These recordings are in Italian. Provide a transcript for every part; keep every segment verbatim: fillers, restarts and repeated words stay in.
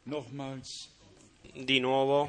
Di nuovo,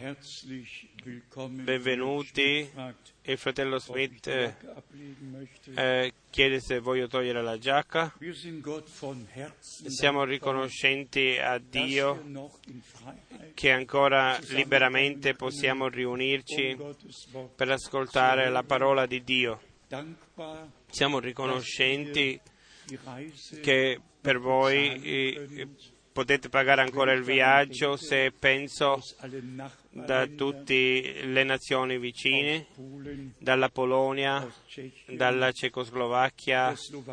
benvenuti. Il fratello Smith eh, eh, chiede se voglio togliere la giacca. Siamo riconoscenti a Dio che ancora liberamente possiamo riunirci per ascoltare la parola di Dio. Siamo riconoscenti che per voi eh, potete pagare ancora il viaggio, se penso da tutte le nazioni vicine, dalla Polonia, dalla Cecoslovacchia,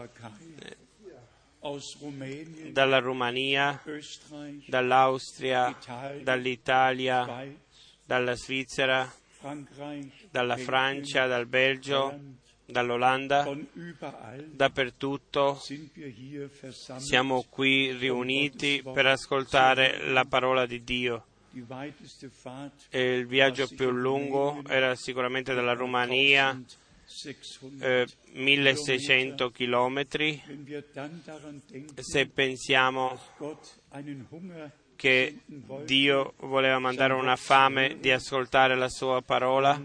dalla Romania, dall'Austria, dall'Italia, dalla Svizzera, dalla Francia, dal Belgio, dall'Olanda, dappertutto siamo qui riuniti per ascoltare la parola di Dio. E il viaggio più lungo era sicuramente dalla Romania, eh, milleseicento chilometri. Se pensiamo che Dio voleva mandare una fame di ascoltare la sua parola,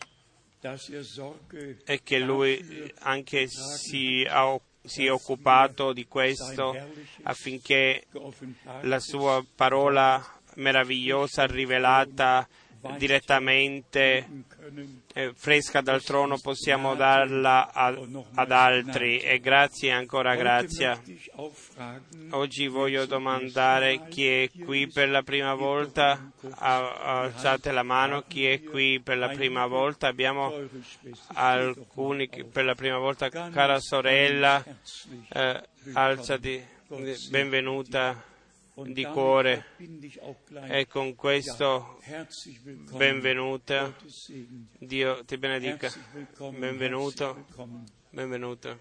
e che Lui anche si, ha, si è occupato di questo affinché la sua parola meravigliosa, rivelata direttamente, eh, fresca dal trono, possiamo darla a, ad altri. E grazie, ancora grazie. Oggi voglio domandare chi è qui per la prima volta. Alzate la mano. Chi è qui per la prima volta? Abbiamo alcuni per la prima volta. Cara sorella, eh, alzati, benvenuta di cuore, e con questo benvenuta, Dio ti benedica, benvenuto, benvenuto,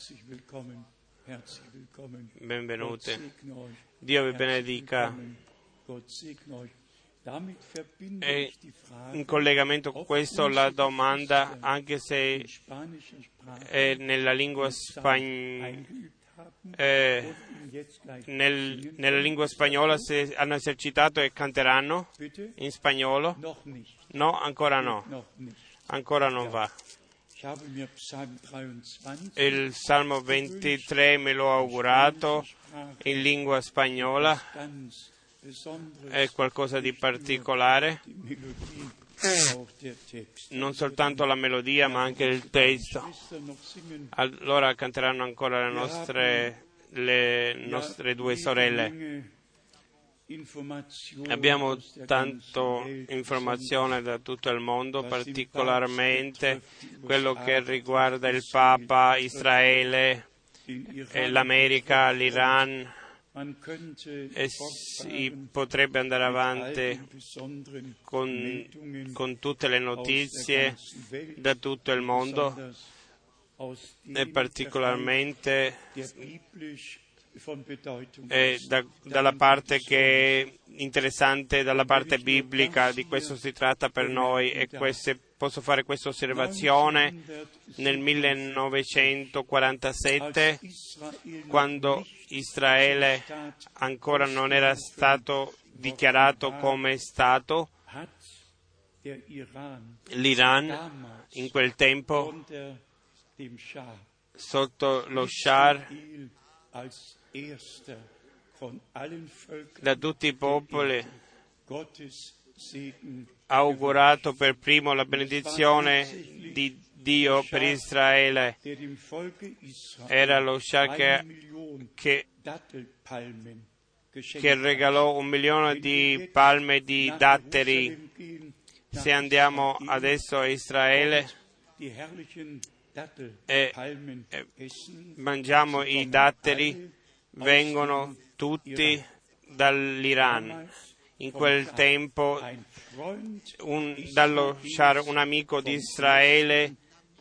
benvenute, Dio vi benedica. E in collegamento con questo la domanda, anche se è nella lingua spagnola, Eh, nel, nella lingua spagnola, se hanno esercitato e canteranno in spagnolo? No, ancora no, ancora non va. Il Salmo ventitré me l'ho augurato in lingua spagnola, è qualcosa di particolare, non soltanto la melodia ma anche il testo. Allora canteranno ancora le nostre, le nostre due sorelle. Abbiamo tanto informazione da tutto il mondo, particolarmente quello che riguarda il Papa, Israele, l'America, l'Iran. E si potrebbe andare avanti con, con tutte le notizie da tutto il mondo, e particolarmente e da, dalla parte che è interessante, dalla parte biblica. Di questo si tratta per noi. E queste, posso fare questa osservazione: nel millenovecentoquarantasette, quando Israele ancora non era stato dichiarato come Stato, l'Iran in quel tempo, sotto lo Shah, da tutti i popoli, ha augurato per primo la benedizione di Dio per Israele. Era lo Shah che, che, che regalò un milione di palme di datteri. Se andiamo adesso a Israele e, e mangiamo i datteri, vengono tutti dall'Iran. In quel tempo un, dallo Shah, un amico di Israele,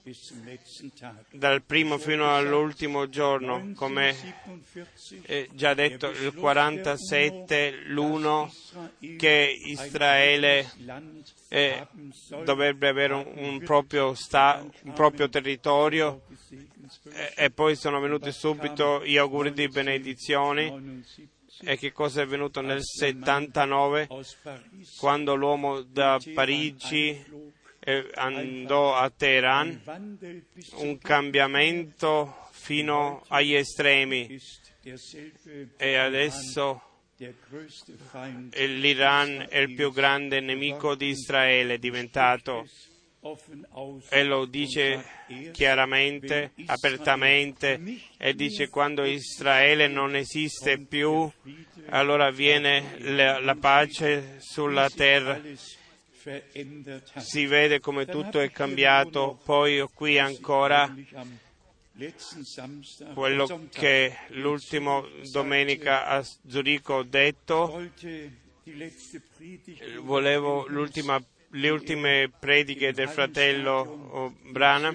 dal primo fino all'ultimo giorno, come eh, già detto, il quarantasette, l'uno, che Israele eh, dovrebbe avere un, un, proprio sta, un proprio territorio, e, e poi sono venuti subito gli auguri di benedizione. E che cosa è avvenuto nel settantanove, quando l'uomo da Parigi andò a Teheran? Un cambiamento fino agli estremi. E adesso l'Iran è il più grande nemico di Israele, è diventato, e lo dice chiaramente, apertamente, e dice: quando Israele non esiste più, allora viene la, la pace sulla terra. Si vede come tutto è cambiato. Poi ho qui ancora quello che l'ultima domenica a Zurigo ho detto. Volevo l'ultima, le ultime prediche del fratello Branham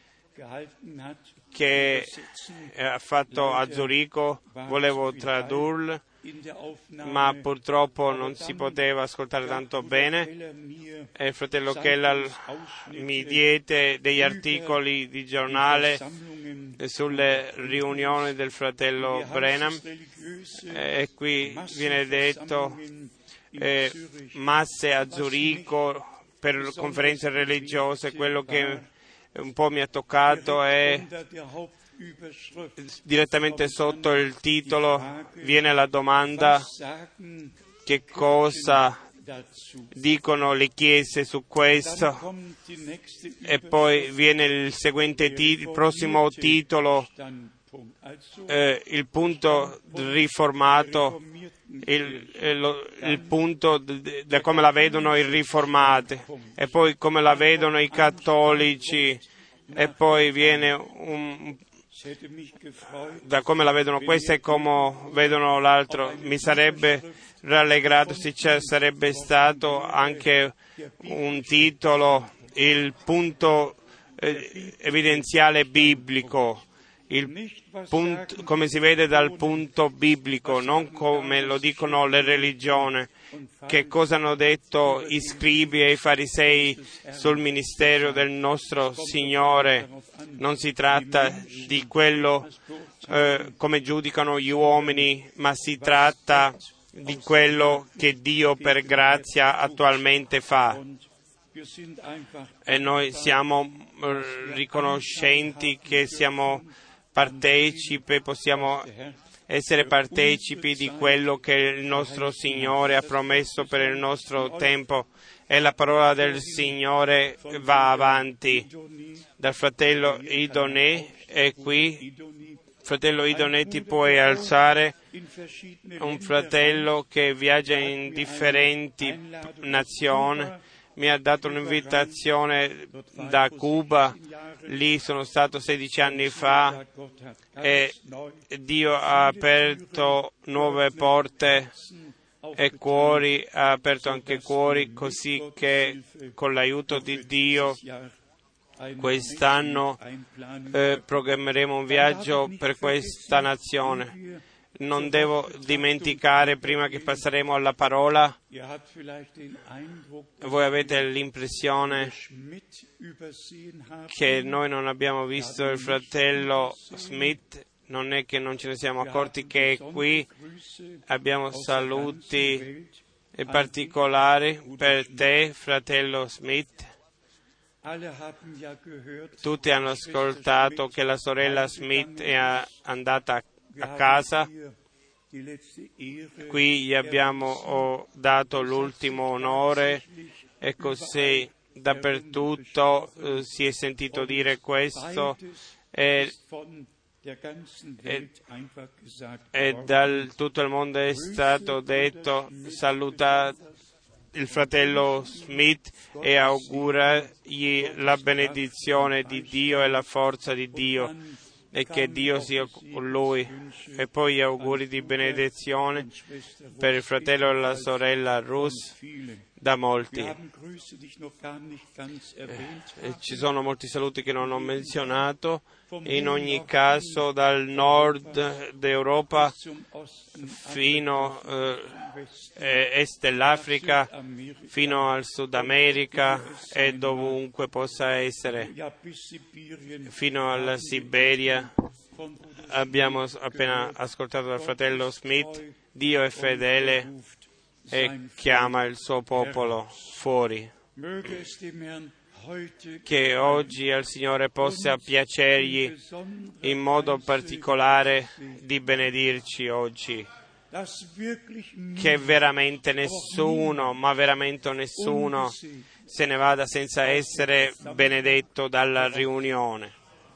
che ha fatto a Zurigo, volevo tradurle, ma purtroppo non si poteva ascoltare tanto bene. E il fratello Keller mi diede degli articoli di giornale sulle riunioni del fratello Branham, e qui viene detto eh, masse a Zurigo per conferenze religiose. Quello che un po' mi ha toccato è direttamente sotto il titolo viene la domanda: che cosa dicono le chiese su questo? E poi viene il seguente tit- il prossimo titolo, eh, il punto riformato, il, il, il punto da come la vedono i riformati, e poi come la vedono i cattolici, e poi viene un da come la vedono questa e come vedono l'altro. Mi sarebbe rallegrato se ci sarebbe stato anche un titolo, il punto eh, evidenziale biblico, il punto, come si vede dal punto biblico, non come lo dicono le religioni. Che cosa hanno detto i scribi e i farisei sul ministero del nostro Signore? Non si tratta di quello eh, come giudicano gli uomini, ma si tratta di quello che Dio per grazia attualmente fa. E noi siamo riconoscenti che siamo partecipi, possiamo essere partecipi di quello che il nostro Signore ha promesso per il nostro tempo, e la parola del Signore va avanti. Dal fratello Idone è qui. Fratello Idone, ti puoi alzare? Un fratello che viaggia in differenti nazioni. Mi ha dato un'invitazione da Cuba, lì sono stato sedici anni fa, e Dio ha aperto nuove porte e cuori, ha aperto anche cuori, così che con l'aiuto di Dio quest'anno eh, programmeremo un viaggio per questa nazione. Non devo dimenticare, prima che passeremo alla parola, voi avete l'impressione che noi non abbiamo visto il fratello Smith. Non è che non ce ne siamo accorti che è qui. Abbiamo saluti particolari per te, fratello Smith. Tutti hanno ascoltato che la sorella Smith è andata a casa. Qui gli abbiamo dato l'ultimo onore, e così dappertutto eh, si è sentito dire questo, e, e, e da tutto il mondo è stato detto: salutate il fratello Smith e auguragli la benedizione di Dio e la forza di Dio, e che Dio sia con lui. E poi gli auguri di benedizione per il fratello e la sorella Rus da molti. Eh, ci sono molti saluti che non ho menzionato. In ogni caso, dal nord d'Europa fino eh, est dell'Africa, fino al Sud America e dovunque possa essere, fino alla Siberia. Abbiamo appena ascoltato dal fratello Smith Dio è fedele e chiama il suo popolo fuori. Che oggi al Signore possa piacergli in modo particolare di benedirci oggi, che veramente nessuno, ma veramente nessuno se ne vada senza essere benedetto dalla riunione,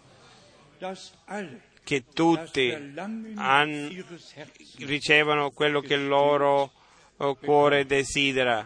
che tutti han, ricevono quello che il loro cuore desidera.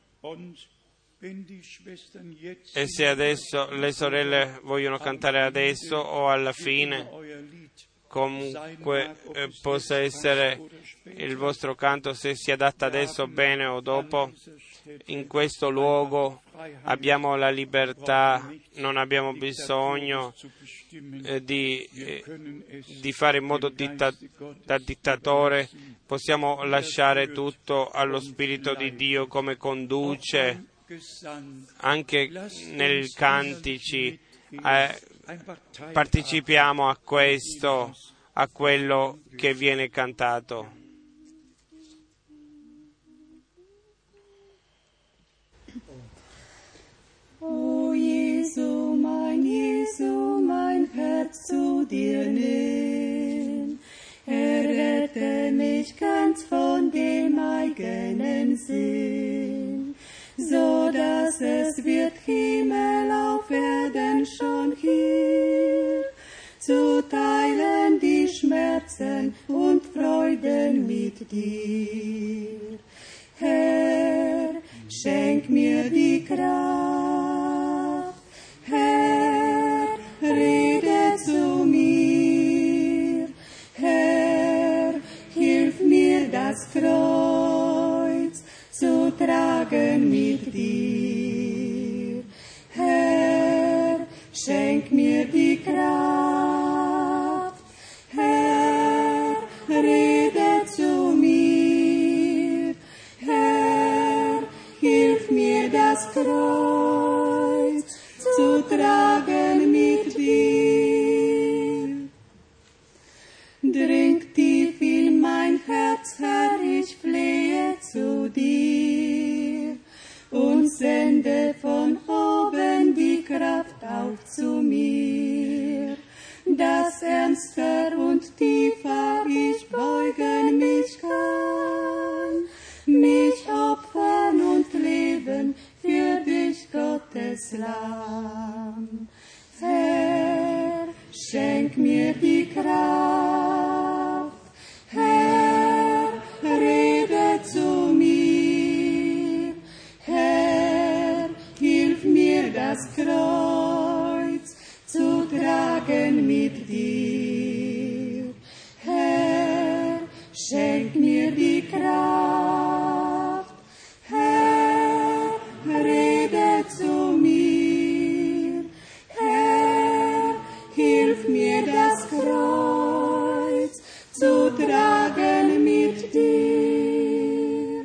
E se adesso le sorelle vogliono cantare adesso o alla fine, comunque eh, possa essere il vostro canto, se si adatta adesso bene o dopo. In questo luogo abbiamo la libertà, non abbiamo bisogno eh, di, eh, di fare in modo ditta- da dittatore, possiamo lasciare tutto allo Spirito di Dio come conduce. Anche nei cantici eh, partecipiamo a questo, a quello che viene cantato. O Jesu, mein Jesu, mein Herz zu dir nimm, errette mich ganz von dem eigenen Sinn, so dass es wird Himmel auf Erden schon hier, zu teilen die Schmerzen und Freuden mit dir. Herr, schenk mir die Kraft, Herr, rede zu mir, Herr, hilf mir das Kreuz zu tragen mit dir. Herr, schenk mir die Kraft, Herr, rede zu mir, Herr, hilf mir das Kreuz zu tragen mit dir. Dringt tief in mein Herz, Herr, ich flehe zu dir und sende von oben die Kraft auf zu mir, dass ernster und tiefer ich beugen mich kann, mich opfern und leben für dich, Gottes Lamm. Herr, schenk mir die Kraft, Herr, rede zu mir, Herr, hilf mir das Kreuz zu tragen mit dir. Herr, schenk mir die Kraft, Herr, rede zu mir, Herr, hilf mir das Kreuz zu tragen mit dir.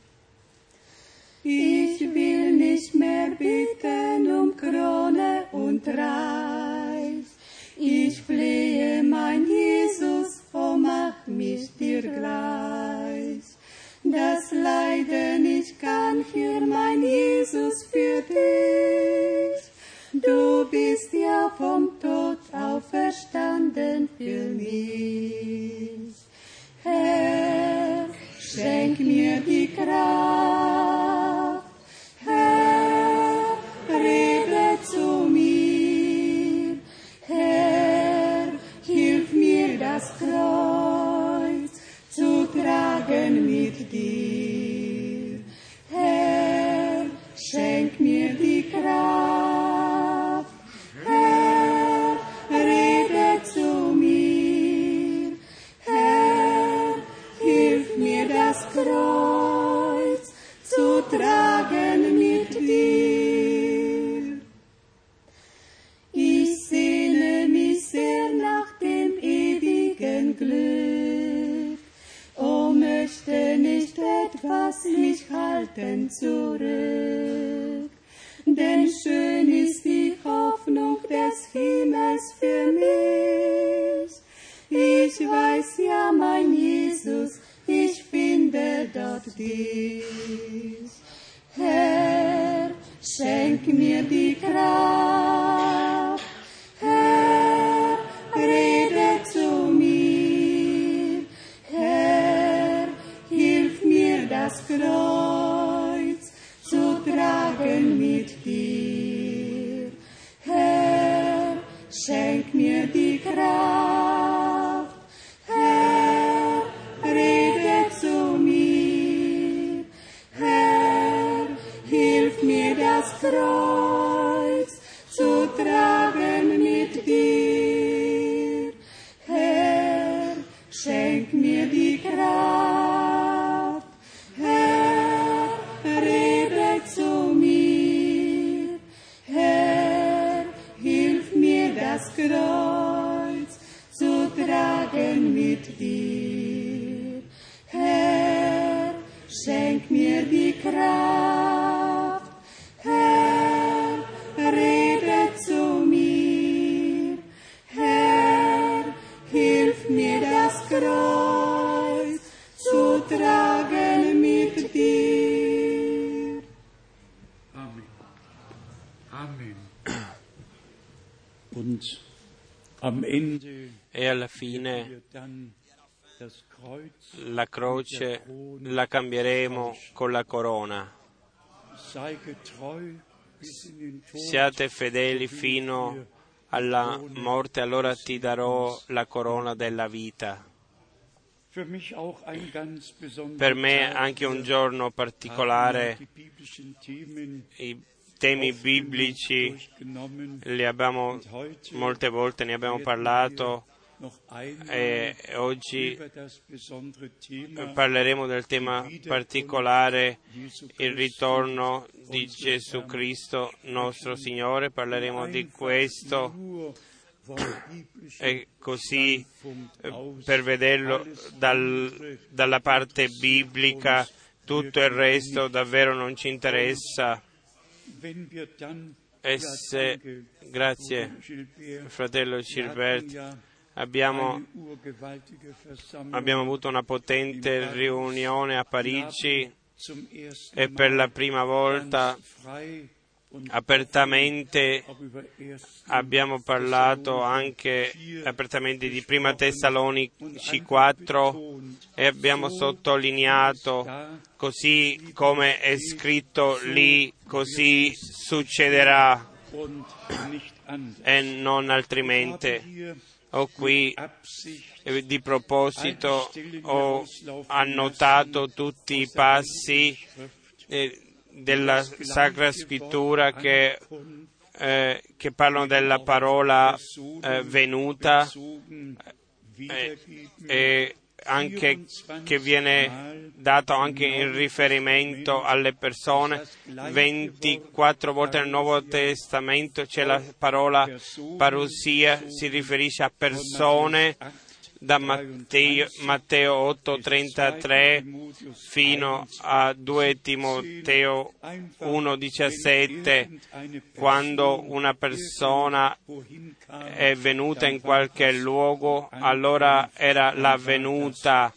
Ich will nicht mehr bitten um Krone und Reich, ich flehe, mein Jesus, oh mach mich dir gleich. Das Leiden ich kann für mein Jesus, für dich. Du bist ja vom Tod auferstanden für mich. Herr, schenk mir die Kraft, Herr, rede zu mir, Herr, hilf mir das Kreuz zu tragen mit dir. Herr, schenk mir die Kraft, Herr, rede zu mir, Herr, hilf mir das Kreuz zu tragen mit dir. Ich sehne mich sehr nach dem ewigen Glück, o möchte nicht etwas mich halten zurück, denn schön ist die Hoffnung des Himmels für mich. Ich weiß ja, mein Jesus, ich bin stehst. Herr, schenk mir die Kraft. Herr, rede zu mir. Herr, hilf mir das Kreuz zu tragen mit dir. Herr, schenk mir die Kraft. Herr, rede zu mir. Herr, hilf mir das Kreuz zu tragen mit dir. Herr, schenk mir die Kraft. Herr, rede zu mir. Herr, hilf mir das Kreuz zu tragen mit dir. Herr, schenk mir die Kraft. Herr, rede zu mir. Herr, hilf mir das Kreuz zu tragen mit dir. Amen. Amen. Und am Ende E alla fine wir dann das Kreuz la croce la cambieremo con la corona. sei getreu bis in den Tod. Siate fedeli fino alla morte, allora ti darò la corona della vita. Für mich auch ein ganz besonderer Per me Tag. anche un giorno Wir particolare, haben die biblischen Themen i temi oft biblici durchgenommen. li abbiamo Und heute molte volte, ne abbiamo werden parlato wir noch einmal e oggi über das besondere Thema parleremo del tema particolare, Jesu il ritorno di Gesù Cristo, nostro Signore. Parleremo di questo nur vom biblischen e così Standpunkt eh, aus per vederlo dal- dalla parte biblica, tutto il resto davvero non ci interessa. wenn wir dann E se, grazie Gilbert, fratello wir hatten Gilbert, ja abbiamo, eine urgewaltige Versammlung abbiamo avuto una potente riunione a Parigi zum ersten e per la Mal prima volta ganz frei und apertamente auch über ersten abbiamo parlato anche apertamente di Prima Tessalonici quattro e abbiamo sottolineato, così come è scritto lì, così succederà und nicht anders. e non altrimenti. Hier Ho qui Absicht eh, di proposito ho annotato tutti i passi eh, della Sacra Scrittura che, eh, che parlano della parola eh, venuta eh, e anche che viene dato anche in riferimento alle persone. ventiquattro volte nel Nuovo Testamento c'è la parola parousia, si riferisce a persone, da Matteo, Matteo otto trentatré fino a due Timoteo uno diciassette, quando una persona è venuta in qualche luogo, allora era la venuta,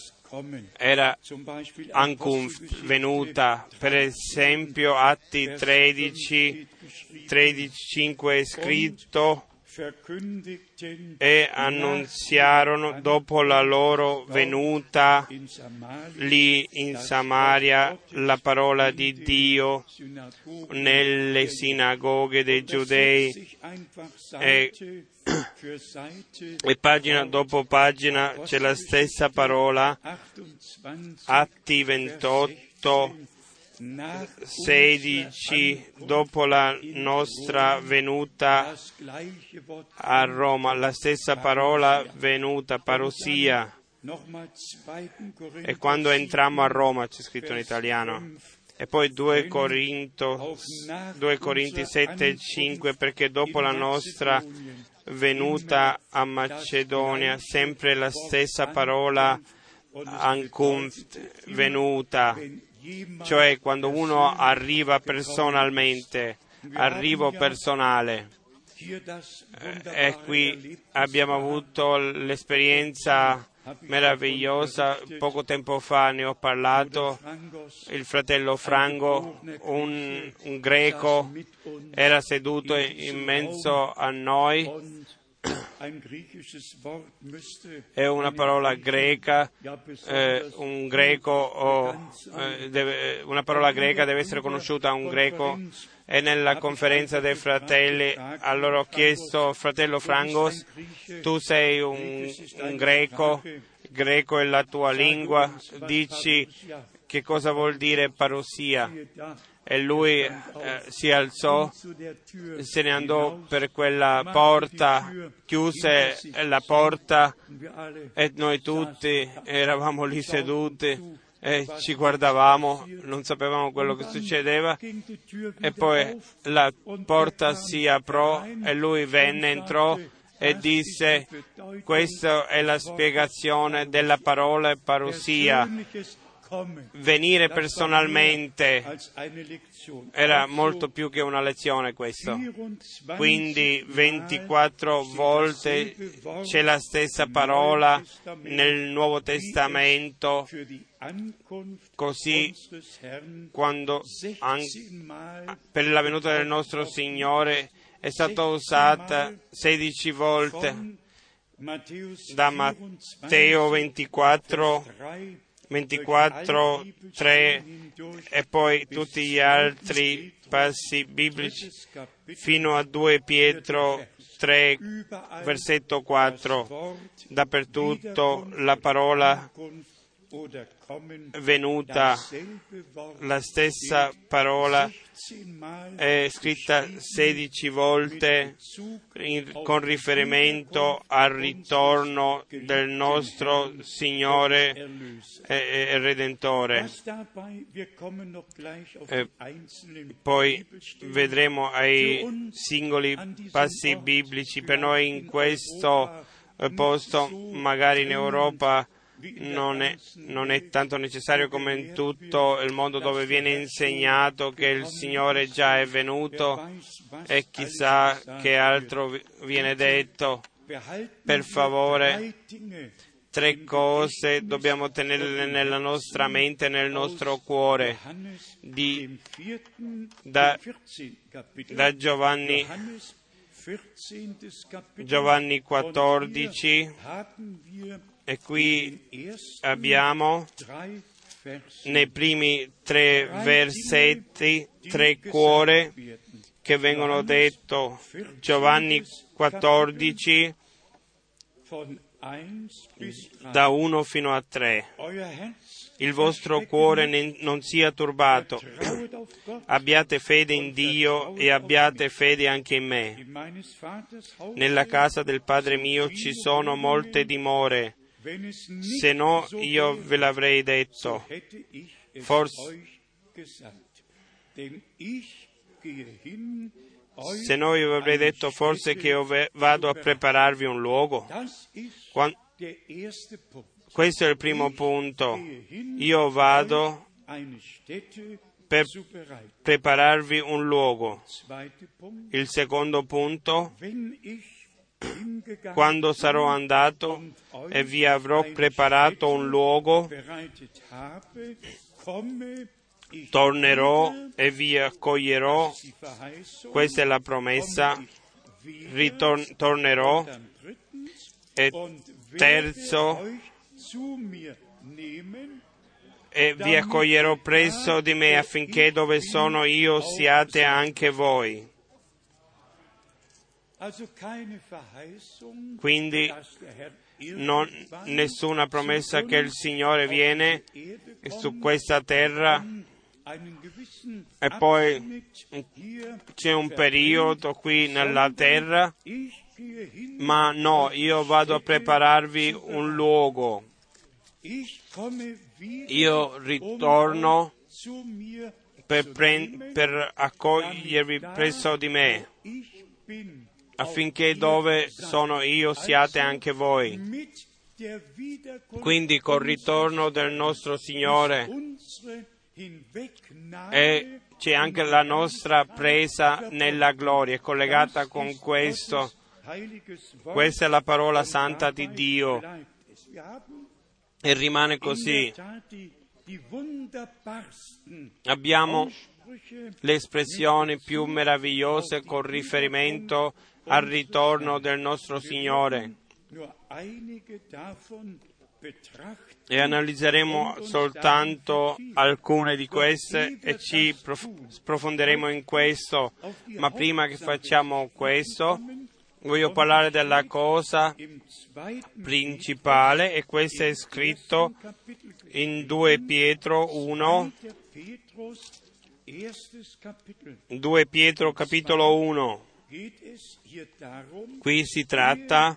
era Ankunft, venuta. Per esempio Atti tredici, tredici cinque è scritto: e annunziarono dopo la loro venuta lì in Samaria la parola di Dio nelle sinagoghe dei Giudei. E, e pagina dopo pagina c'è la stessa parola. Atti ventotto sedici, dopo la nostra venuta a Roma, la stessa parola venuta, parousia. E quando entrammo a Roma, c'è scritto in italiano. E poi due Corinti sette cinque, perché dopo la nostra venuta a Macedonia, sempre la stessa parola Ankunft, venuta. Cioè quando uno arriva personalmente, arrivo personale. E qui abbiamo avuto l'esperienza meravigliosa. Poco tempo fa ne ho parlato. Il fratello Frango, un, un greco, era seduto in mezzo a noi. È una parola greca, eh, un greco o, eh, deve, una parola greca deve essere conosciuta a un greco. E nella conferenza dei fratelli allora ho chiesto: fratello Frangos, tu sei un, un greco, greco è la tua lingua, dici che cosa vuol dire parousia? E lui eh, si alzò, se ne andò per quella porta, chiuse la porta e noi tutti eravamo lì seduti e ci guardavamo, non sapevamo quello che succedeva. E poi la porta si aprò e lui venne, entrò e disse: questa è la spiegazione della parola parousia. Venire personalmente era molto più che una lezione questo. Quindi ventiquattro volte c'è la stessa parola nel Nuovo Testamento, così quando per la venuta del nostro Signore è stata usata sedici volte da Matteo ventiquattro, ventiquattro, tre e poi tutti gli altri passi biblici fino a due Pietro tre, versetto quattro. Dappertutto la parola venuta, la stessa parola è scritta sedici volte in, con riferimento al ritorno del nostro Signore e, e Redentore. E poi vedremo ai singoli passi biblici. Per noi in questo posto, magari in Europa, Non è, non è tanto necessario come in tutto il mondo dove viene insegnato che il Signore già è venuto e chissà che altro viene detto. Per favore, tre cose dobbiamo tenerle nella nostra mente e nel nostro cuore. Di, da, da Giovanni, Giovanni quattordici, e qui abbiamo nei primi tre versetti tre cuore che vengono detto. Giovanni quattordici, da uno fino a tre. Il vostro cuore non sia turbato. Abbiate fede in Dio e abbiate fede anche in me. Nella casa del Padre mio ci sono molte dimore. Se no io ve l'avrei detto. Forse, se no io vi avrei detto forse che io vado a prepararvi un luogo. Quando, questo è il primo punto. Io vado per prepararvi un luogo. Il secondo punto: quando sarò andato e vi avrò preparato un luogo, tornerò e vi accoglierò. Questa è la promessa. Ritornerò. E terzo, e vi accoglierò presso di me affinché dove sono io siate anche voi. Quindi non, nessuna promessa che il Signore viene su questa terra e poi c'è un periodo qui nella terra, ma no, io vado a prepararvi un luogo. Io ritorno per, pre- per accogliervi presso di me, affinché dove sono io siate anche voi. Quindi col ritorno del nostro Signore e c'è anche la nostra presa nella gloria, è collegata con questo. Questa è la parola santa di Dio e rimane così. Abbiamo le espressioni più meravigliose con riferimento al ritorno del nostro Signore. E analizzeremo soltanto alcune di queste e ci sprofonderemo in questo. Ma prima che facciamo questo, voglio parlare della cosa principale, e questo è scritto in due Pietro uno, due Pietro capitolo uno. Qui si tratta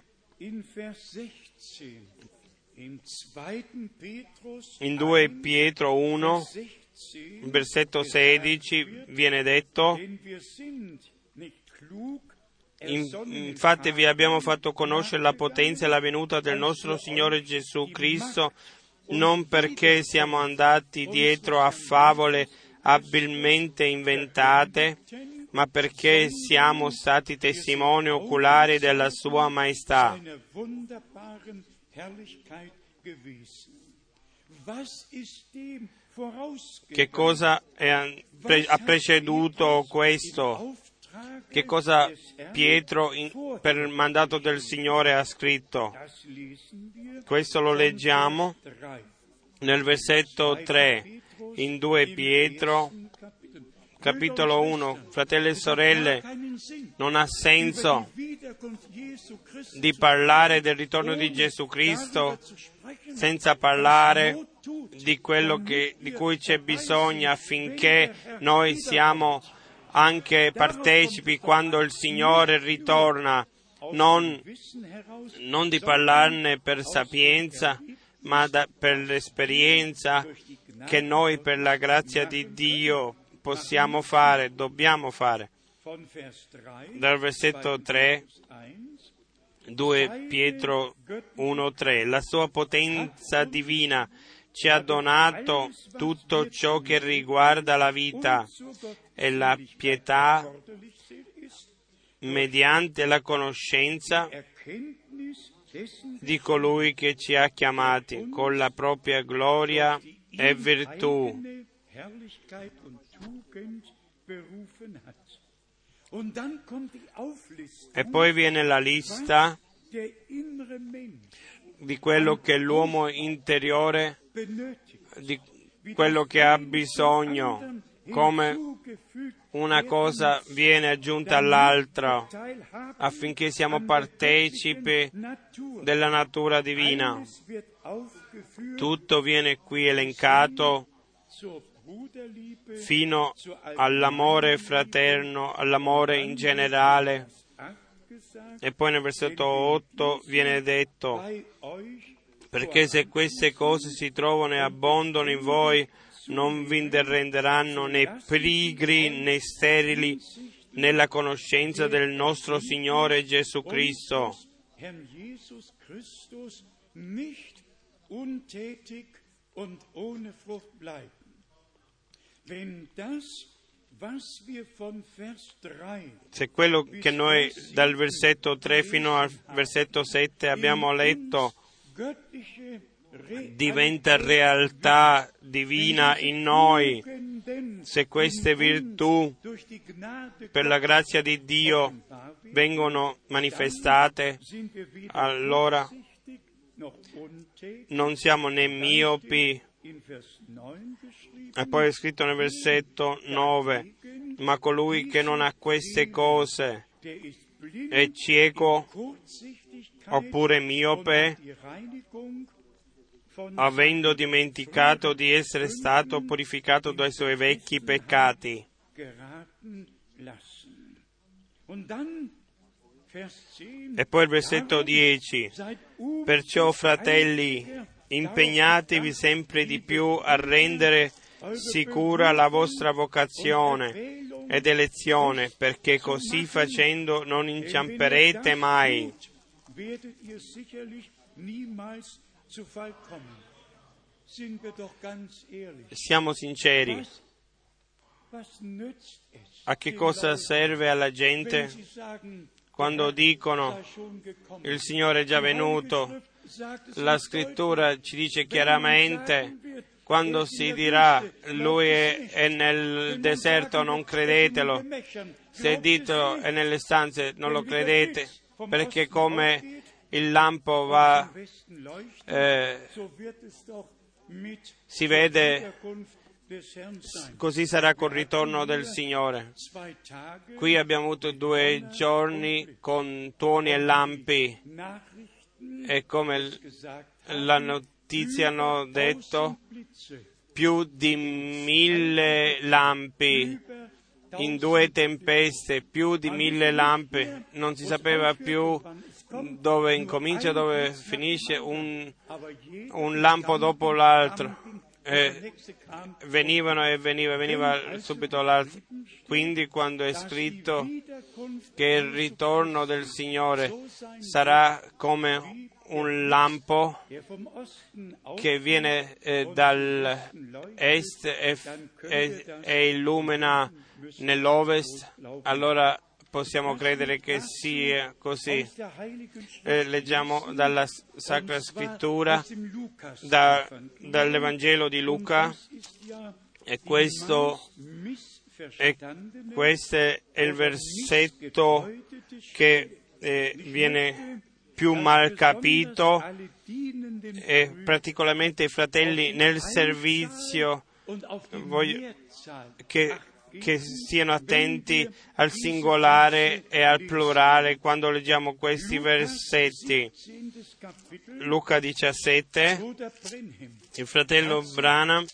in due Pietro uno, versetto sedici, viene detto: infatti vi abbiamo fatto conoscere la potenza e la venuta del nostro Signore Gesù Cristo, non perché siamo andati dietro a favole abilmente inventate, ma perché siamo stati testimoni oculari della Sua Maestà. Che cosa è, ha preceduto questo? Che cosa Pietro, in, per il mandato del Signore, ha scritto? Questo lo leggiamo nel versetto tre, in due Pietro, capitolo uno. Fratelli e sorelle, non ha senso di parlare del ritorno di Gesù Cristo senza parlare di quello che, di cui c'è bisogno affinché noi siamo anche partecipi quando il Signore ritorna, non, non di parlarne per sapienza, ma da, per l'esperienza che noi per la grazia di Dio possiamo fare, dobbiamo fare. Dal versetto tre, due Pietro uno tre, la sua potenza divina ci ha donato tutto ciò che riguarda la vita e la pietà mediante la conoscenza di colui che ci ha chiamati con la propria gloria e virtù. E poi viene la lista di quello che l'uomo interiore, di quello che ha bisogno, come una cosa viene aggiunta all'altra, affinché siamo partecipi della natura divina. Tutto viene qui elencato fino all'amore fraterno, all'amore in generale. E poi nel versetto otto viene detto: perché se queste cose si trovano e abbondano in voi, non vi renderanno né pigri né sterili nella conoscenza del nostro Signore Gesù Cristo. Se quello che noi dal versetto tre fino al versetto sette abbiamo letto diventa realtà divina in noi, se queste virtù per la grazia di Dio vengono manifestate, allora non siamo né miopi. E poi è scritto nel versetto nove: ma colui che non ha queste cose è cieco oppure miope, avendo dimenticato di essere stato purificato dai suoi vecchi peccati. E poi il versetto dieci: perciò, fratelli, impegnatevi sempre di più a rendere sicura la vostra vocazione ed elezione, perché così facendo non inciamperete mai. Siamo sinceri. A che cosa serve alla gente quando dicono il Signore è già venuto, La scrittura ci dice chiaramente, quando si dirà lui è, è nel deserto non credetelo, se dito è nelle stanze non lo credete, perché come il lampo va, eh, si vede, così sarà col ritorno del Signore. Qui abbiamo avuto due giorni con tuoni e lampi e come la notizia hanno detto, più di mille lampi in due tempeste, più di mille lampi, non si sapeva più dove incomincia, dove finisce, un, un lampo dopo l'altro. Eh, venivano e veniva, veniva subito l'altro. Quindi quando è scritto che il ritorno del Signore sarà come un lampo che viene eh, dall'est e, e, e illumina nell'ovest, allora possiamo credere che sia così. Eh, leggiamo dalla Sacra Scrittura, da, dall'Evangelo di Luca, e questo è, questo è il versetto che eh, viene più mal capito, e particolarmente i fratelli nel servizio voglio che, che stiano attenti al singolare e al plurale quando leggiamo questi versetti. Luca diciassette, il fratello Branham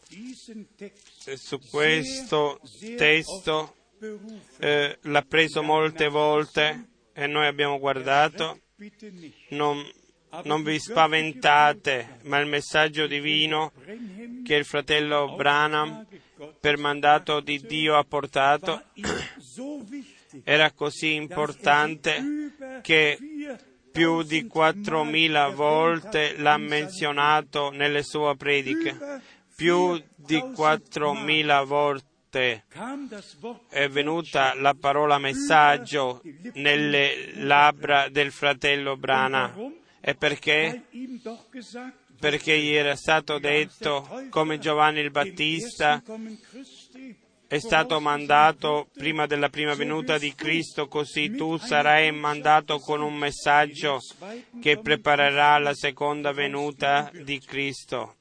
su questo testo eh, l'ha preso molte volte e noi abbiamo guardato. Non, non vi spaventate, ma il messaggio divino che il fratello Branham per mandato di Dio ha portato era così importante che più di quattromila volte l'ha menzionato nelle sue prediche, più di quattromila volte è venuta la parola messaggio nelle labbra del fratello Branham. E perché? Perché gli era stato detto, come Giovanni il Battista è stato mandato prima della prima venuta di Cristo, così tu sarai mandato con un messaggio che preparerà la seconda venuta di Cristo.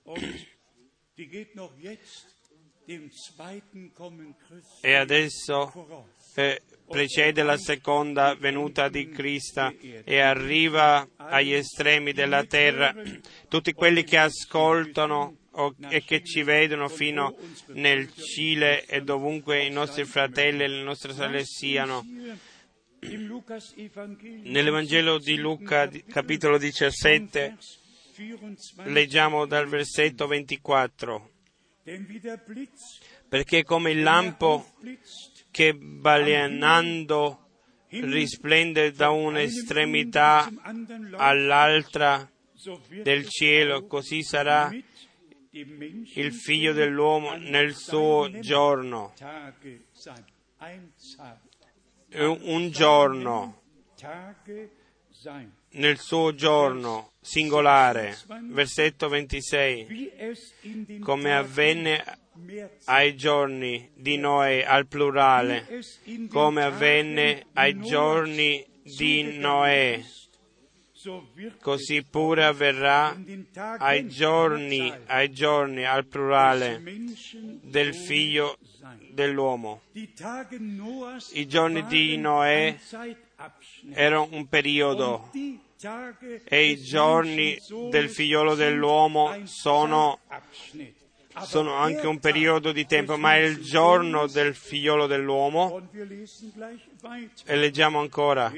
E adesso eh, precede la seconda venuta di Cristo e arriva agli estremi della terra. Tutti quelli che ascoltano o, e che ci vedono fino nel Cile e dovunque i nostri fratelli e le nostre sorelle siano. Nell'Evangelo di Luca, capitolo diciassette, leggiamo dal versetto ventiquattro. Perché come il lampo che balenando risplende da un'estremità all'altra del cielo, così sarà il Figlio dell'uomo nel suo giorno. Un giorno, nel suo giorno, singolare. Versetto ventisei. Come avvenne ai giorni di Noè, al plurale, come avvenne ai giorni di Noè, così pure avverrà ai giorni, ai giorni, al plurale, del Figlio dell'uomo. I giorni di Noè erano un periodo e i giorni del Figliolo dell'uomo sono sono anche un periodo di tempo, ma è il giorno del Figliolo dell'uomo. E leggiamo ancora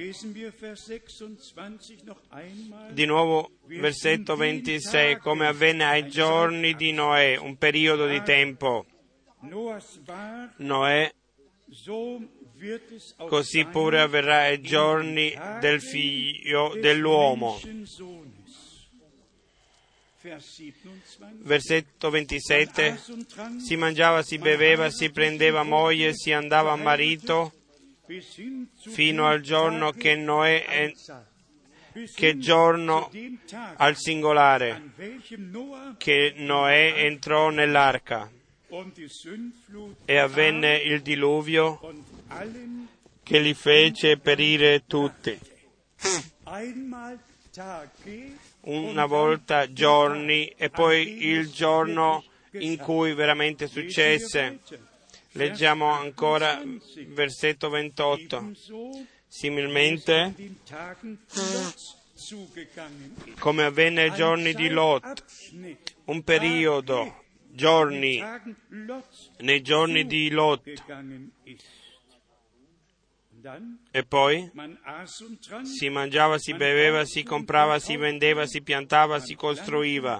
di nuovo versetto ventisei, come avvenne ai giorni di Noè, un periodo di tempo. Noè, così pure avverrà ai giorni del Figlio dell'uomo. Versetto ventisette, si mangiava, si beveva, si prendeva moglie, si andava a marito, fino al giorno che Noè che giorno al singolare che Noè entrò nell'arca e avvenne il diluvio che li fece perire tutti. Una volta giorni e poi il giorno in cui veramente successe. Leggiamo ancora versetto ventotto. Similmente, come avvenne ai giorni di Lot, un periodo, giorni, nei giorni di Lot, e poi si mangiava, si beveva, si comprava, si vendeva, si piantava, si costruiva.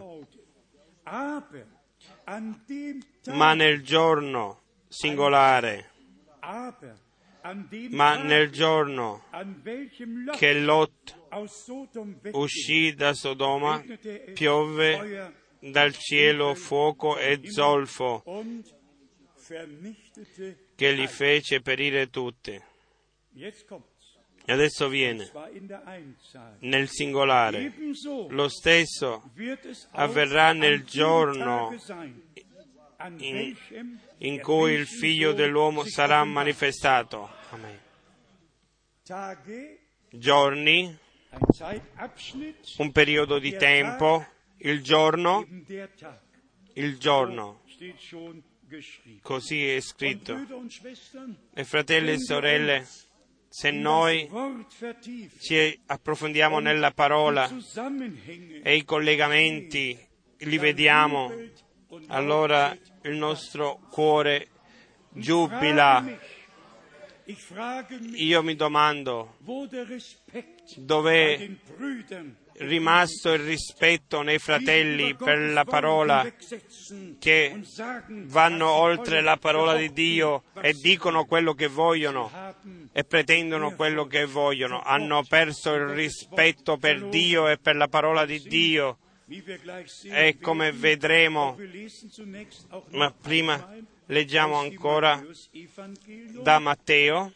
Ma nel giorno singolare, ma nel giorno che Lot uscì da Sodoma, piovve dal cielo fuoco e zolfo che li fece perire tutti. E adesso viene nel singolare. Lo stesso avverrà nel giorno in, in cui il Figlio dell'uomo sarà manifestato. Amen. Giorni, un periodo di tempo, il giorno, il giorno. Così è scritto. E fratelli e sorelle, se noi ci approfondiamo nella parola e i collegamenti li vediamo, allora il nostro cuore giubila. Io mi domando dov'è rimasto il rispetto nei fratelli per la parola, che vanno oltre la parola di Dio e dicono quello che vogliono e pretendono quello che vogliono. Hanno perso il rispetto per Dio e per la parola di Dio. E come vedremo, ma prima leggiamo ancora da Matteo,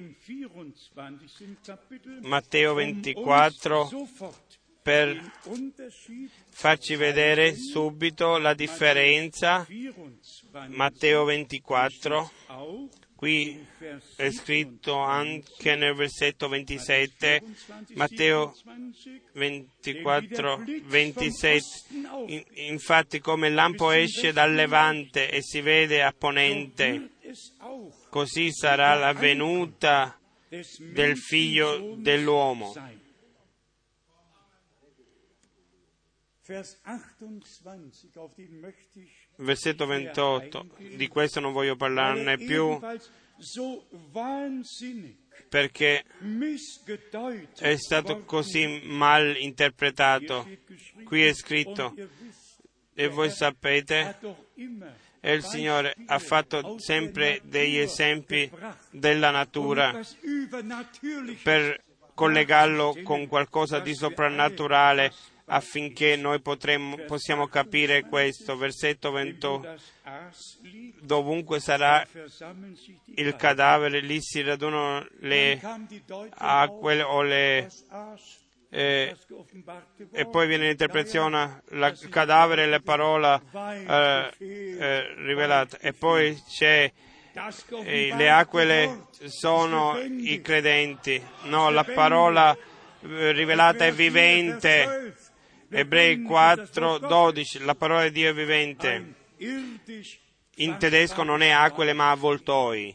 Matteo ventiquattro, per farci vedere subito la differenza. Matteo ventiquattro, qui è scritto anche nel versetto ventisette, Matteo ventiquattro, ventisette, infatti come il lampo esce dal levante e si vede a ponente, così sarà la venuta del Figlio dell'uomo. Versetto ventotto, di questo non voglio parlarne più perché è stato così mal interpretato. Qui è scritto, e voi sapete, e il Signore ha fatto sempre degli esempi della natura per collegarlo con qualcosa di soprannaturale, affinché noi potremmo, possiamo capire questo. Versetto ventotto, dovunque sarà il cadavere, lì si radunano le acque o le... Eh, e poi viene l'interpretazione, la, il cadavere e la parola eh, eh, rivelata. E poi c'è eh, le acque le, sono i credenti. No, la parola eh, rivelata è vivente. Ebrei quattro dodici, la parola di Dio è vivente. In tedesco non è aquile ma avvoltoi.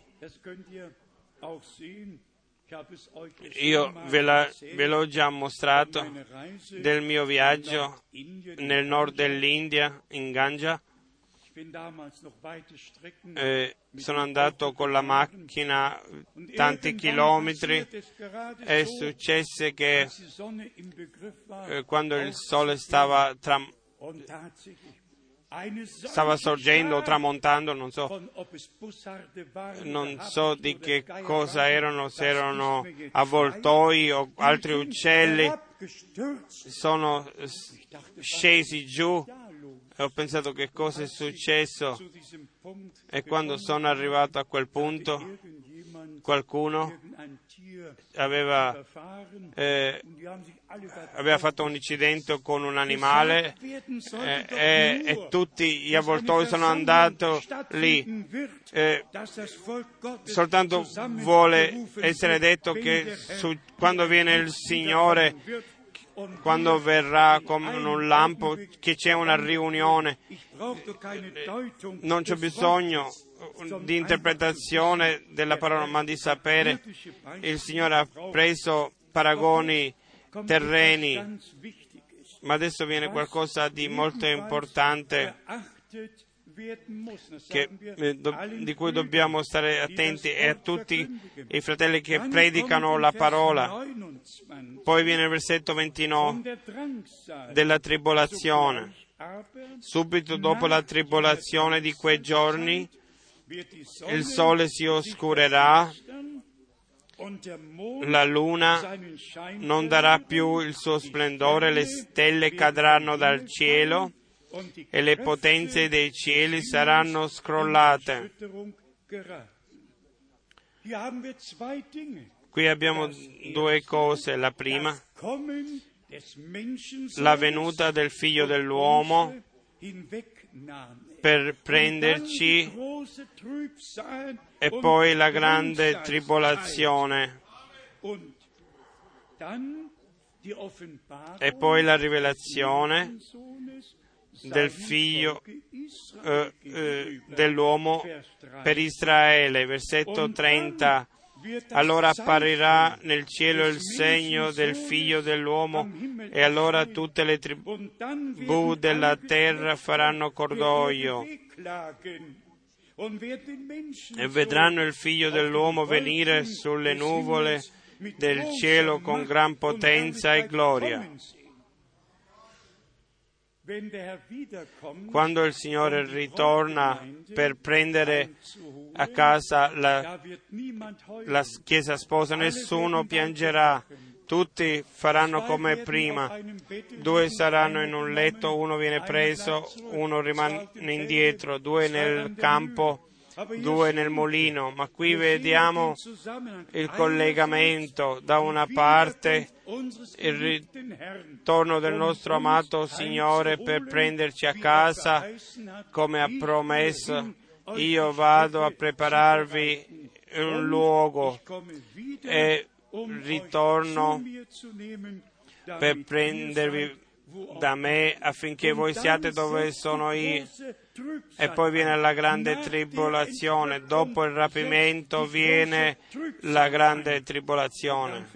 Io ve, la, ve l'ho già mostrato del mio viaggio nel nord dell'India, in Ganja. Eh, sono andato con la macchina tanti chilometri. È successo che eh, quando il sole stava tram- stava sorgendo o tramontando, non so, non so di che cosa erano, se erano avvoltoi o altri uccelli, sono scesi giù e ho pensato che cosa è successo, e quando sono arrivato a quel punto qualcuno aveva, eh, aveva fatto un incidente con un animale eh, e, e tutti gli avvoltoi sono andati lì. Eh, soltanto vuole essere detto che su, quando viene il Signore, quando verrà come un lampo, che c'è una riunione, non c'è bisogno di interpretazione della parola, ma di sapere. Il Signore ha preso paragoni terreni, ma adesso viene qualcosa di molto importante che, eh, do, di cui dobbiamo stare attenti, e a tutti i fratelli che predicano la parola. Poi viene il versetto ventinove della tribolazione. Subito dopo la tribolazione di quei giorni il sole si oscurerà, la luna non darà più il suo splendore, le stelle cadranno dal cielo e le potenze dei cieli saranno scrollate. Qui abbiamo due cose. La prima, la venuta del Figlio dell'uomo per prenderci, e poi la grande tribolazione, e poi la rivelazione del Figlio eh, eh, dell'uomo per Israele. Versetto trenta. Allora apparirà nel cielo il segno del Figlio dell'uomo, e allora tutte le tribù della terra faranno cordoglio e vedranno il Figlio dell'uomo venire sulle nuvole del cielo con gran potenza e gloria. Quando il Signore ritorna per prendere a casa la, la Chiesa sposa, nessuno piangerà, tutti faranno come prima. Due saranno in un letto, uno viene preso, uno rimane indietro, due nel campo, due nel mulino. Ma qui vediamo il collegamento. Da una parte il ritorno del nostro amato Signore per prenderci a casa, come ha promesso: io vado a prepararvi un luogo e ritorno per prendervi da me affinché voi siate dove sono io. E poi viene la grande tribolazione. Dopo il rapimento viene la grande tribolazione.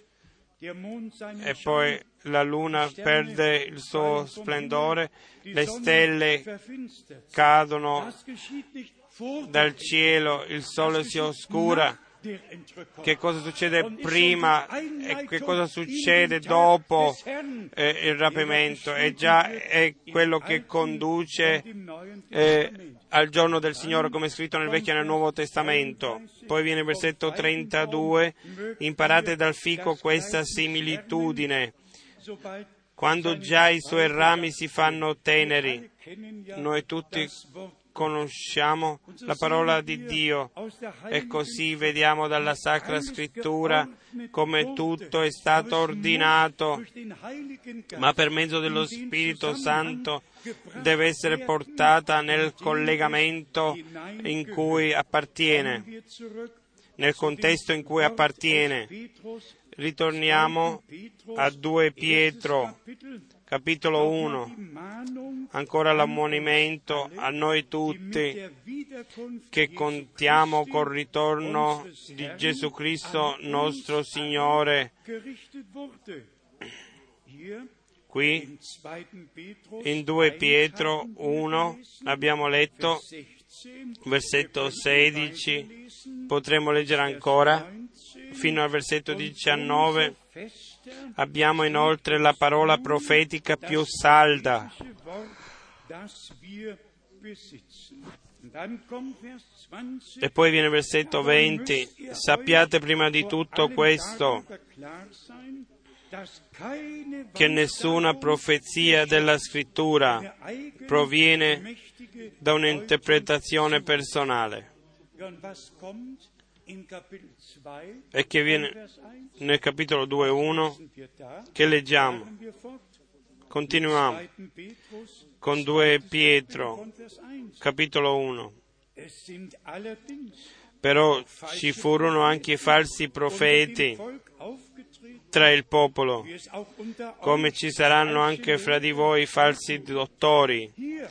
E poi la luna perde il suo splendore, le stelle cadono dal cielo, il sole si oscura. Che cosa succede prima e che cosa succede dopo eh, il rapimento? È già è quello che conduce eh, al giorno del Signore, come è scritto nel Vecchio e nel Nuovo Testamento. Poi viene il versetto trentadue: imparate dal fico questa similitudine. Quando già i suoi rami si fanno teneri, noi tutti conosciamo la parola di Dio, e così vediamo dalla Sacra Scrittura come tutto è stato ordinato, ma per mezzo dello Spirito Santo deve essere portata nel collegamento in cui appartiene, nel contesto in cui appartiene. Ritorniamo a due Pietro, capitolo uno, ancora l'ammonimento a noi tutti che contiamo col ritorno di Gesù Cristo nostro Signore. Qui in due Pietro uno abbiamo letto versetto sedici, potremo leggere ancora fino al versetto diciannove. Abbiamo inoltre la parola profetica più salda. E poi viene il versetto venti. Sappiate prima di tutto questo, che nessuna profezia della Scrittura proviene da un'interpretazione personale. e che viene nel capitolo due uno, che leggiamo. Continuiamo con due Pietro, capitolo uno. Però ci furono anche falsi profeti tra il popolo, come ci saranno anche fra di voi falsi dottori.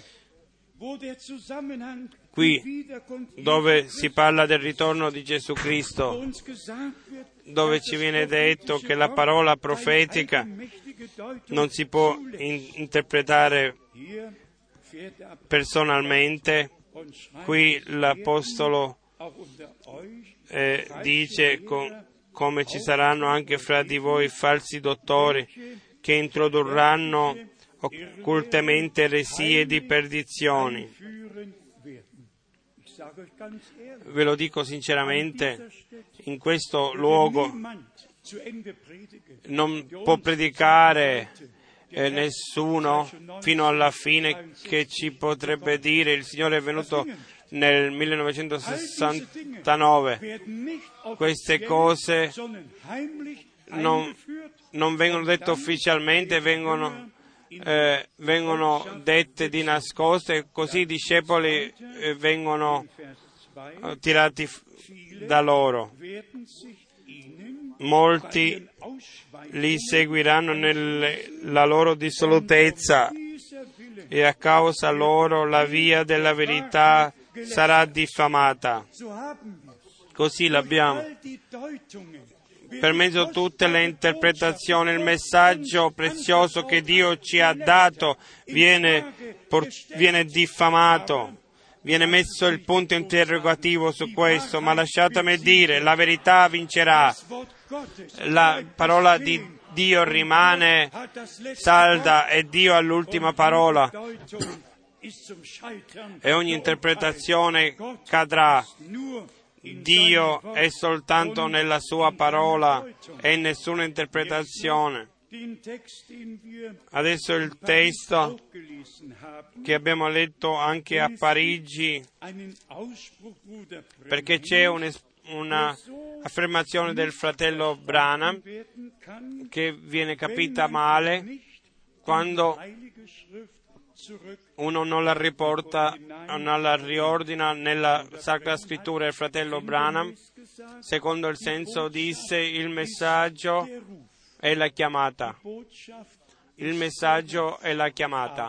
Qui, dove si parla del ritorno di Gesù Cristo, dove ci viene detto che la parola profetica non si può in- interpretare personalmente, qui l'Apostolo eh, dice con, come ci saranno anche fra di voi falsi dottori che introdurranno occultamente eresie di perdizioni. Ve lo dico sinceramente, in questo luogo non può predicare eh, nessuno fino alla fine che ci potrebbe dire il Signore è venuto nel millenovecentosessantanove. Queste cose non, non vengono dette ufficialmente, vengono, eh, vengono dette di nascosto e così i discepoli eh, vengono eh, tirati f- da loro. Molti li seguiranno nella loro dissolutezza e a causa loro la via della verità sarà diffamata. Così l'abbiamo. Per mezzo di tutte le interpretazioni, il messaggio prezioso che Dio ci ha dato viene, por- viene diffamato. Viene messo il punto interrogativo su questo, ma lasciatemi dire, la verità vincerà. La parola di Dio rimane salda e Dio ha l'ultima parola e ogni interpretazione cadrà. Dio è soltanto nella sua parola e in nessuna interpretazione. Adesso il testo che abbiamo letto anche a Parigi, perché c'è un'es- una affermazione del fratello Branham che viene capita male quando uno non la riporta, non la riordina nella Sacra Scrittura. Il fratello Branham, secondo il senso, disse il messaggio è la chiamata. Il messaggio è la chiamata.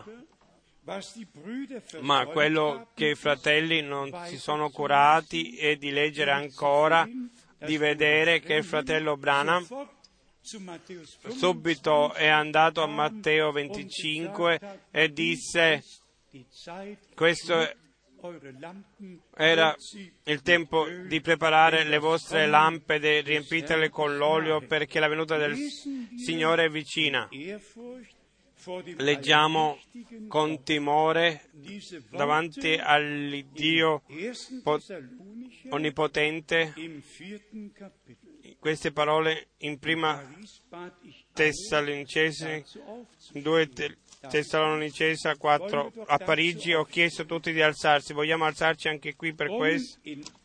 Ma quello che i fratelli non si sono curati è di leggere ancora, di vedere che il fratello Branham subito è andato a Matteo venticinque e disse: questo era il tempo di preparare le vostre lampade, riempitele con l'olio, perché la venuta del Signore è vicina. Leggiamo con timore davanti all'Iddio onnipotente queste parole in prima Tessalonicesi due Tessalonicesi quattro. A Parigi ho chiesto a tutti di alzarsi, vogliamo alzarci anche qui per questo,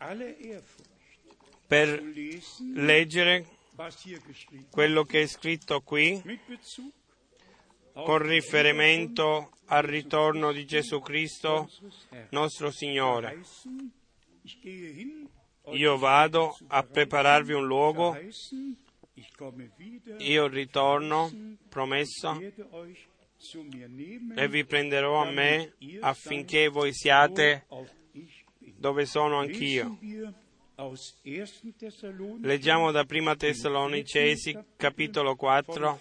per leggere quello che è scritto qui con riferimento al ritorno di Gesù Cristo, nostro Signore. Io vado a prepararvi un luogo, io ritorno, promesso, e vi prenderò a me affinché voi siate dove sono anch'io. Leggiamo da prima Tessalonicesi, capitolo quattro,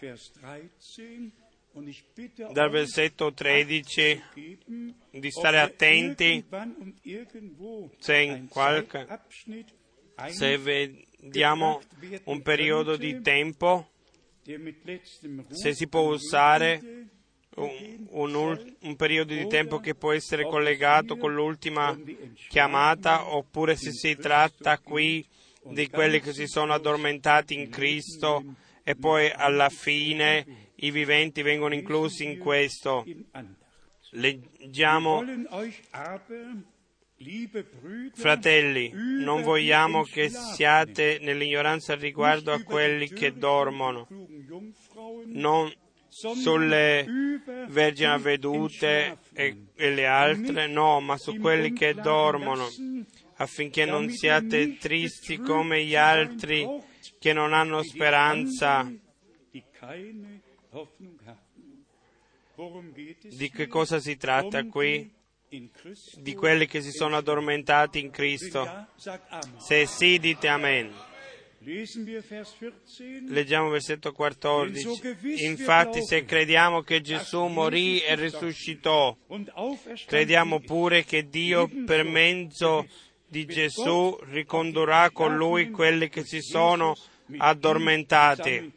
dal versetto tredici, di stare attenti se in qualche, se vediamo un periodo di tempo, se si può usare un, un, un periodo di tempo che può essere collegato con l'ultima chiamata, oppure se si tratta qui di quelli che si sono addormentati in Cristo e poi alla fine i viventi vengono inclusi in questo. Leggiamo: fratelli, non vogliamo che siate nell'ignoranza riguardo a quelli che dormono, non sulle vergini avvedute e, e le altre, no, ma su quelli che dormono, affinché non siate tristi come gli altri che non hanno speranza. Di che cosa si tratta qui? Di quelli che si sono addormentati in Cristo. Se sì, dite amen. Leggiamo versetto quattordici. Infatti, se crediamo che Gesù morì e risuscitò, crediamo pure che Dio per mezzo di Gesù ricondurrà con Lui quelli che si sono addormentati.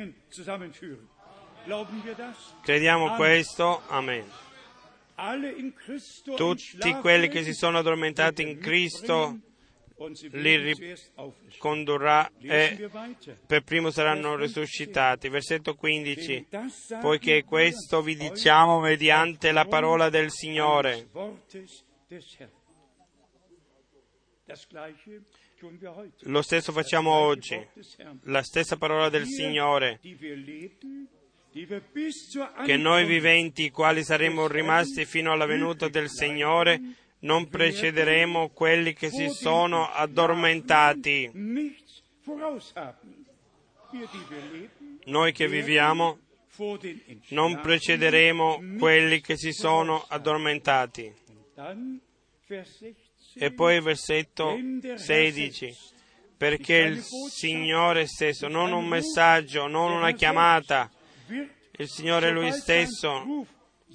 Crediamo questo? Amen. Tutti quelli che si sono addormentati in Cristo li ricondurrà e per primo saranno risuscitati. Versetto quindici. Poiché questo vi diciamo mediante la parola del Signore. Lo stesso facciamo oggi, la stessa parola del Signore, che noi viventi, quali saremo rimasti fino alla venuta del Signore, non precederemo quelli che si sono addormentati. Noi che viviamo non precederemo quelli che si sono addormentati. E poi il versetto sedici. Perché il Signore stesso, non un messaggio, non una chiamata, il Signore Lui stesso,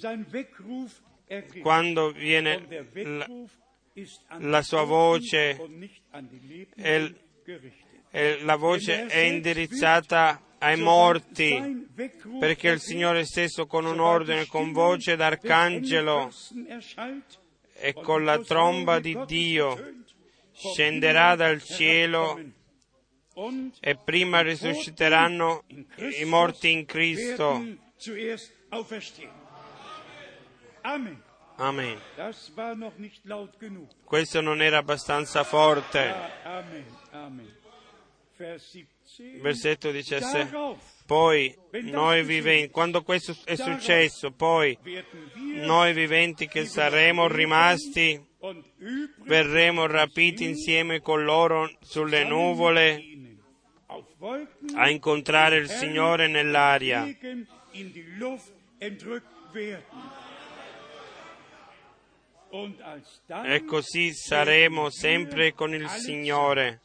quando viene la, la sua voce, e, e la voce è indirizzata ai morti, perché il Signore stesso con un ordine, con voce d'arcangelo e con la tromba di Dio scenderà dal cielo e prima risusciteranno i morti in Cristo. Amen. Questo non era abbastanza forte. Versetto diciassette. Poi noi viventi, quando questo è successo, poi noi viventi che saremo rimasti, verremo rapiti insieme con loro sulle nuvole a incontrare il Signore nell'aria. E così saremo sempre con il Signore.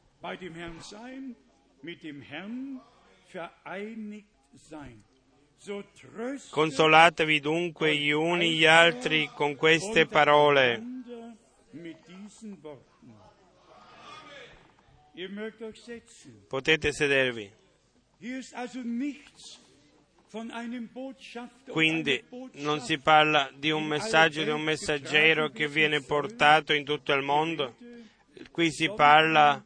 Consolatevi dunque gli uni gli altri con queste parole. Potete sedervi. Quindi non si parla di un messaggio, di un messaggero che viene portato in tutto il mondo. Qui si parla,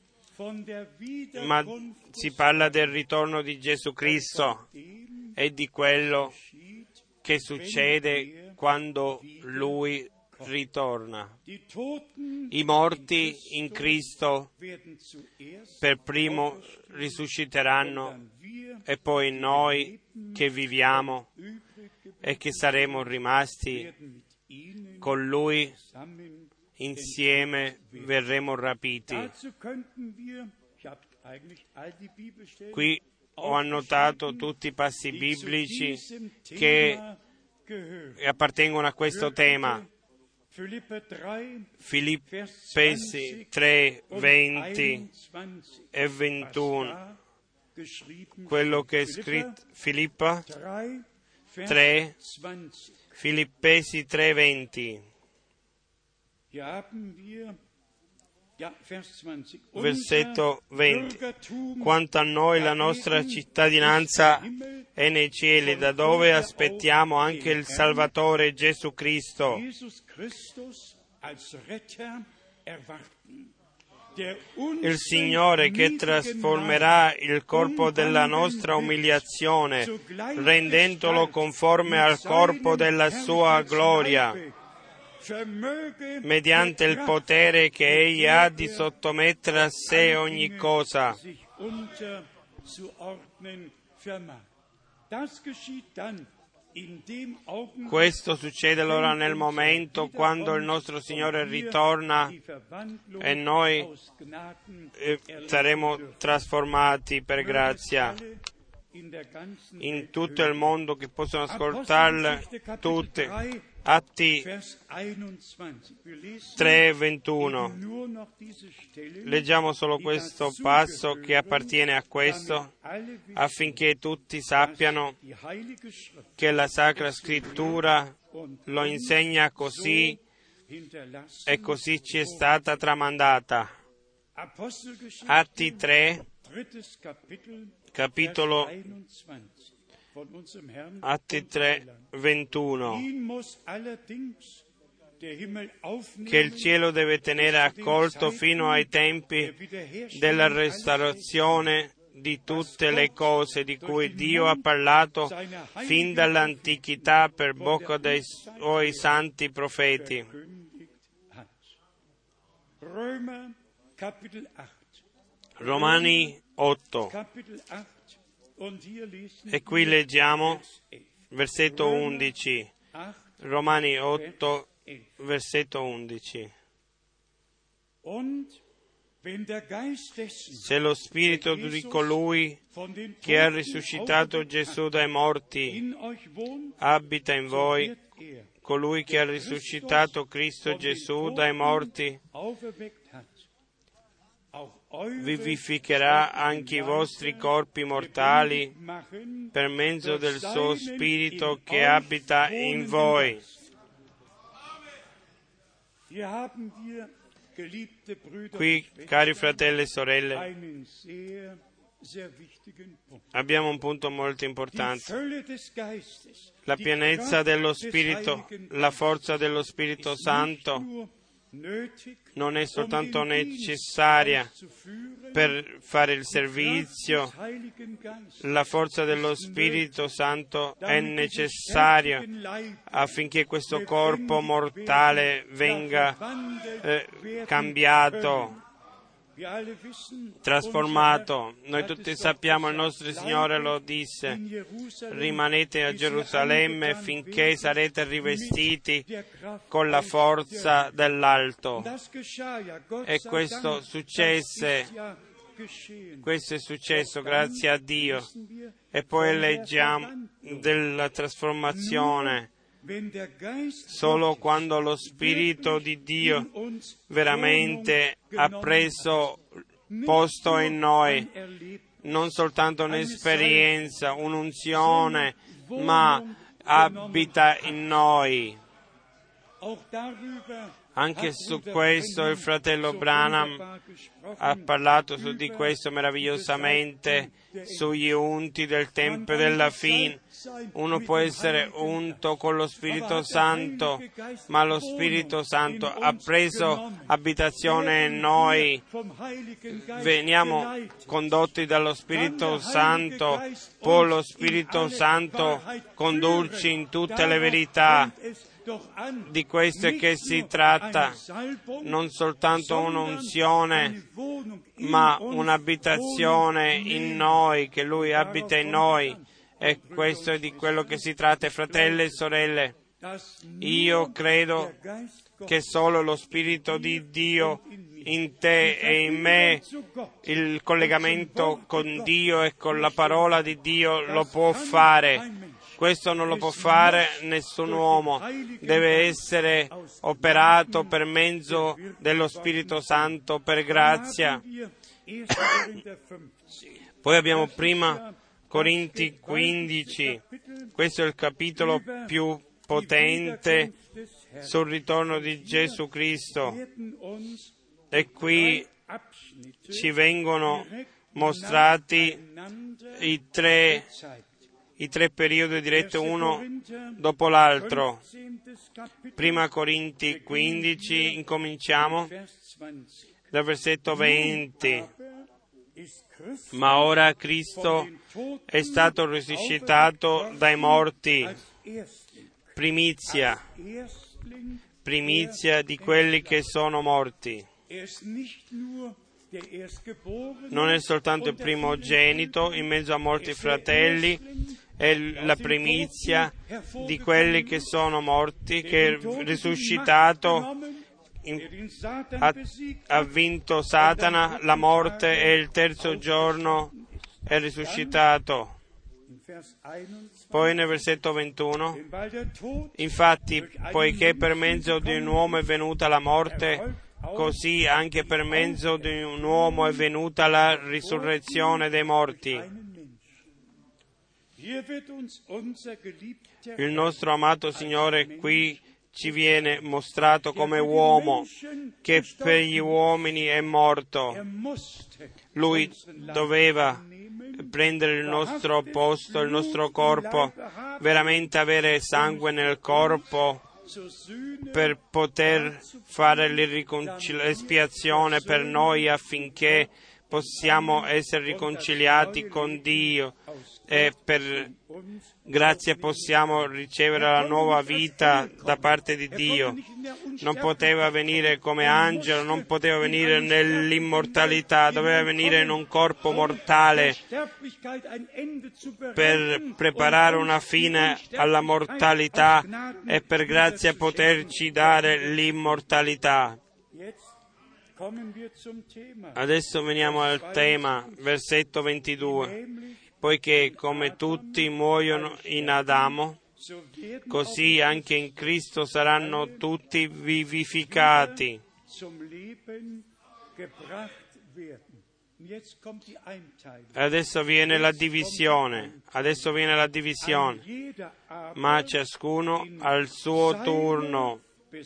ma si parla del ritorno di Gesù Cristo e di quello che succede quando Lui ritorna. I morti in Cristo per primo risusciteranno e poi noi che viviamo e che saremo rimasti con Lui insieme verremo rapiti. Qui ho annotato tutti i passi biblici che appartengono a questo tema. Filippesi tre, venti e ventuno, quello che è scritto, Filippa tre, Filippesi tre, venti. Versetto venti. Quanto a noi la nostra cittadinanza è nei cieli, da dove aspettiamo anche il Salvatore Gesù Cristo, il Signore che trasformerà il corpo della nostra umiliazione, rendendolo conforme al corpo della sua gloria. mediante il potere che Egli ha di sottomettere a sé ogni cosa. Questo succede allora nel momento quando il nostro Signore ritorna e noi eh, saremo trasformati per grazia. In tutto il mondo che possono ascoltarle tutte. Atti tre ventuno. Leggiamo solo questo passo che appartiene a questo, affinché tutti sappiano che la Sacra Scrittura lo insegna così e così ci è stata tramandata. Atti tre, capitolo Atti tre ventuno, che il cielo deve tenere accolto fino ai tempi della restaurazione di tutte le cose di cui Dio ha parlato fin dall'antichità per bocca dei suoi santi profeti. Romani otto. E qui leggiamo versetto undici, Romani otto, versetto undici. Se lo Spirito di colui che ha risuscitato Gesù dai morti abita in voi, colui che ha risuscitato Cristo Gesù dai morti vivificherà anche i vostri corpi mortali per mezzo del suo Spirito che abita in voi. Qui, cari fratelli e sorelle, abbiamo un punto molto importante. La pienezza dello Spirito, la forza dello Spirito Santo non è soltanto necessaria per fare il servizio, la forza dello Spirito Santo è necessaria affinché questo corpo mortale venga eh, cambiato, trasformato. Noi tutti sappiamo, il nostro Signore lo disse: rimanete a Gerusalemme finché sarete rivestiti con la forza dell'alto. E questo successe, questo è successo grazie a Dio. E poi leggiamo della trasformazione. Solo quando lo Spirito di Dio veramente ha preso posto in noi, non soltanto un'esperienza, un'unzione, ma abita in noi. Anche su questo il fratello Branham ha parlato su di questo meravigliosamente, sugli unti del tempo della fine. Uno può essere unto con lo Spirito Santo, ma lo Spirito Santo ha preso abitazione in noi. Veniamo condotti dallo Spirito Santo, poi lo Spirito Santo condurci in tutte le verità. Di questo è che si tratta, non soltanto un'unzione, ma un'abitazione in noi, che Lui abita in noi. E questo è di quello che si tratta, fratelli e sorelle. Io credo che solo lo Spirito di Dio in te e in me, il collegamento con Dio e con la parola di Dio lo può fare. Questo non lo può fare nessun uomo, deve essere operato per mezzo dello Spirito Santo, per grazia. Poi abbiamo prima Corinti quindici, questo è il capitolo più potente sul ritorno di Gesù Cristo. E qui ci vengono mostrati i tre I tre periodi diretti uno dopo l'altro. Prima Corinti quindici, incominciamo dal versetto venti. Ma ora Cristo è stato risuscitato dai morti, primizia, primizia di quelli che sono morti. Non è soltanto il primogenito in mezzo a molti fratelli, è la primizia di quelli che sono morti, che è risuscitato, in, ha, ha vinto Satana, la morte, e il terzo giorno è risuscitato. Poi nel versetto ventuno, infatti, poiché per mezzo di un uomo è venuta la morte, così anche per mezzo di un uomo è venuta la risurrezione dei morti. Il nostro amato Signore qui ci viene mostrato come uomo, che per gli uomini è morto. Lui doveva prendere il nostro posto, il nostro corpo, veramente avere sangue nel corpo per poter fare l'espiazione per noi, affinché possiamo essere riconciliati con Dio e per grazia possiamo ricevere la nuova vita da parte di Dio. Non poteva venire come angelo, non poteva venire nell'immortalità, doveva venire in un corpo mortale per preparare una fine alla mortalità e per grazia poterci dare l'immortalità. Adesso veniamo al tema, versetto ventidue. Poiché come tutti muoiono in Adamo, così anche in Cristo saranno tutti vivificati. Adesso viene la divisione, adesso viene la divisione, ma ciascuno al suo turno.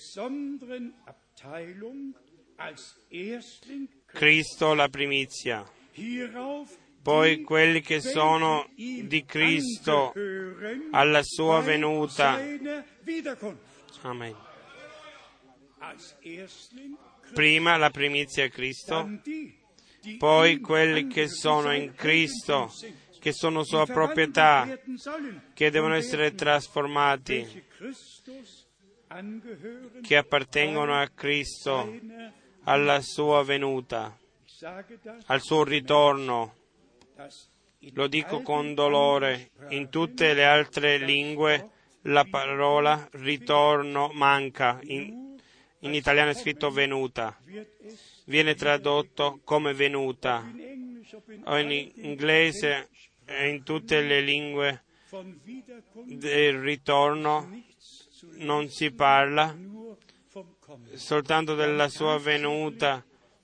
Cristo la primizia. Poi quelli che sono di Cristo alla sua venuta. Amen. Prima la primizia è Cristo, poi quelli che sono in Cristo, che sono sua proprietà, che devono essere trasformati, che appartengono a Cristo alla sua venuta, al suo ritorno. Lo dico con dolore, in tutte le altre lingue la parola ritorno manca, in, in italiano è scritto venuta, viene tradotto come venuta, o in inglese e in tutte le lingue del ritorno non si parla, soltanto della sua venuta.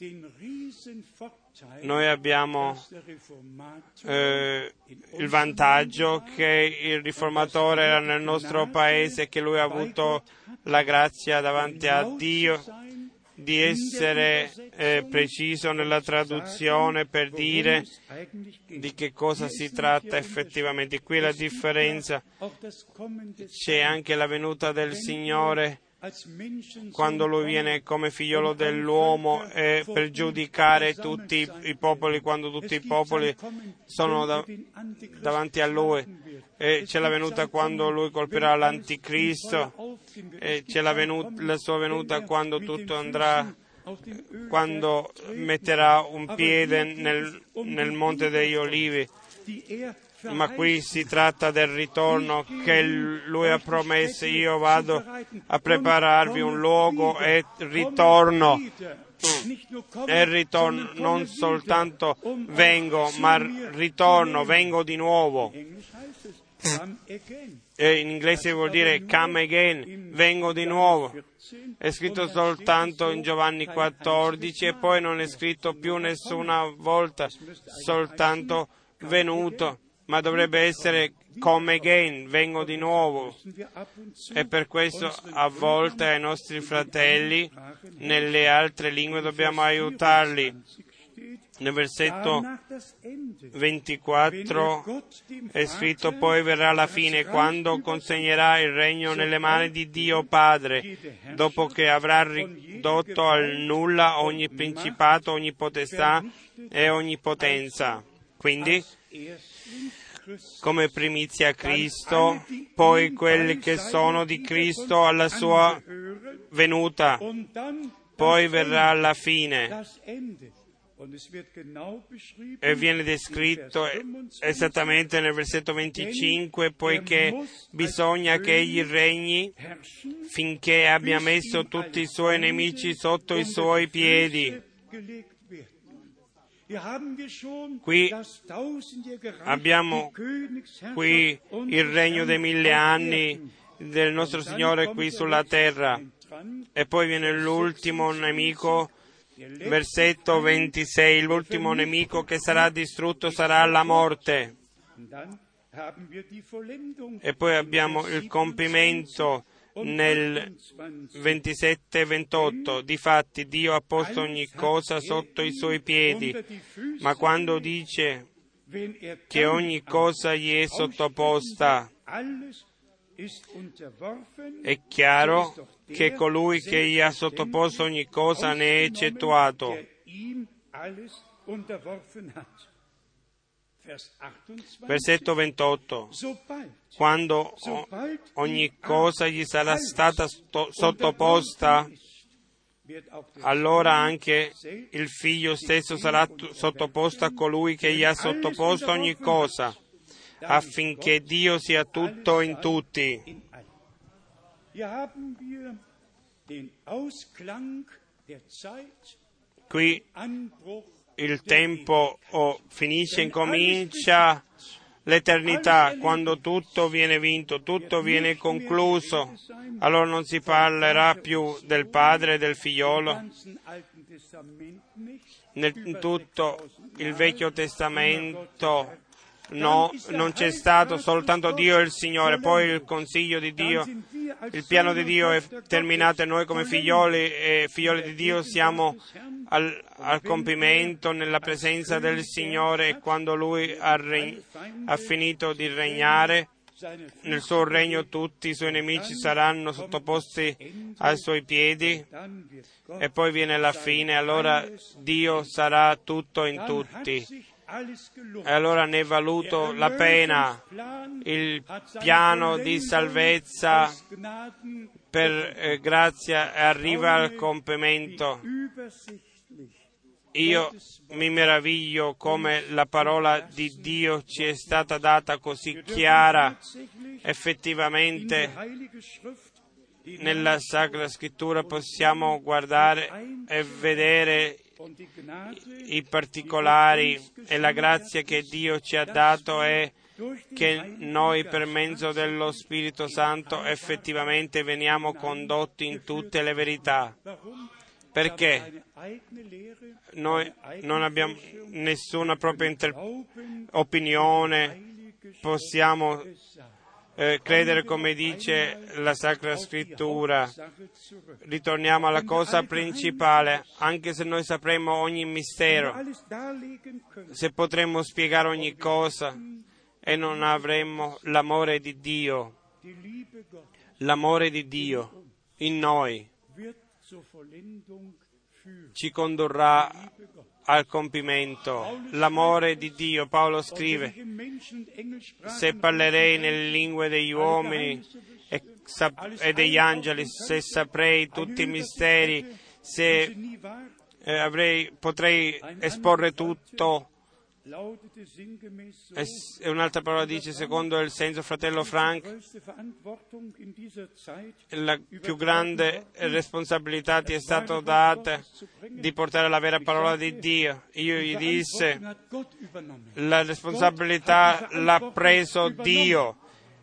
Noi abbiamo eh, il vantaggio che il riformatore era nel nostro paese, che lui ha avuto la grazia davanti a Dio di essere eh, preciso nella traduzione per dire di che cosa si tratta effettivamente. Qui la differenza, c'è anche la venuta del Signore quando Lui viene come figliolo dell'uomo e per giudicare tutti i popoli, quando tutti i popoli sono da, davanti a Lui. E c'è la venuta quando Lui colpirà l'anticristo, e c'è la, venuta, la sua venuta quando tutto andrà, quando metterà un piede nel, nel Monte degli Olivi. Ma qui si tratta del ritorno che Lui ha promesso. Io vado a prepararvi un luogo e ritorno. E ritorno, non soltanto vengo, ma ritorno, vengo di nuovo. E in inglese vuol dire come again, vengo di nuovo. È scritto soltanto in Giovanni quattordici e poi non è scritto più nessuna volta, soltanto venuto. Ma dovrebbe essere come again, vengo di nuovo. E per questo a volte ai nostri fratelli nelle altre lingue dobbiamo aiutarli. Nel versetto ventiquattro è scritto: poi verrà la fine, quando consegnerà il regno nelle mani di Dio Padre, dopo che avrà ridotto al nulla ogni principato, ogni potestà e ogni potenza. Quindi, come primizia Cristo, poi quelli che sono di Cristo alla sua venuta, poi verrà la fine. E viene descritto esattamente nel versetto venticinque, poiché bisogna che egli regni finché abbia messo tutti i suoi nemici sotto i suoi piedi. Qui abbiamo qui il regno dei mille anni del nostro Signore qui sulla terra. E poi viene l'ultimo nemico, versetto ventisei, l'ultimo nemico che sarà distrutto sarà la morte. E poi abbiamo il compimento nel ventisette ventotto. Difatti Dio ha posto ogni cosa sotto i suoi piedi, ma quando dice che ogni cosa gli è sottoposta, è chiaro che colui che gli ha sottoposto ogni cosa ne è eccettuato. Versetto ventotto. Quando ogni cosa gli sarà stata sottoposta, allora anche il Figlio stesso sarà sottoposto a colui che gli ha sottoposto ogni cosa, affinché Dio sia tutto in tutti. Qui il tempo oh, finisce, incomincia l'eternità, quando tutto viene vinto, tutto viene concluso. Allora non si parlerà più del Padre e del Figliolo. Nel tutto il Vecchio Testamento no, non c'è stato, soltanto Dio e il Signore. Poi il consiglio di Dio, il piano di Dio è terminato e noi come figlioli e figlioli di Dio siamo al, al compimento nella presenza del Signore, e quando Lui ha, regn- ha finito di regnare nel suo regno, tutti i suoi nemici saranno sottoposti ai suoi piedi, e poi viene la fine. Allora Dio sarà tutto in tutti. E allora ne è valuto la pena. Il piano di salvezza per eh, grazia arriva al compimento. Io mi meraviglio come la parola di Dio ci è stata data così chiara. Effettivamente nella Sacra Scrittura possiamo guardare e vedere i particolari, e la grazia che Dio ci ha dato è che noi per mezzo dello Spirito Santo effettivamente veniamo condotti in tutte le verità. Perché noi non abbiamo nessuna propria inter- opinione, possiamo eh, credere come dice la Sacra Scrittura. Ritorniamo alla cosa principale, anche se noi sapremo ogni mistero, se potremmo spiegare ogni cosa e non avremmo l'amore di Dio, l'amore di Dio in noi ci condurrà al compimento. L'amore di Dio, Paolo scrive, se parlerei nelle lingue degli uomini e, sap- e degli angeli, se saprei tutti i misteri, se eh, avrei, potrei esporre tutto. E un'altra parola dice, secondo il senso, fratello Frank, la più grande responsabilità ti è stata data di portare la vera parola di Dio. Io gli disse, la responsabilità l'ha preso Dio,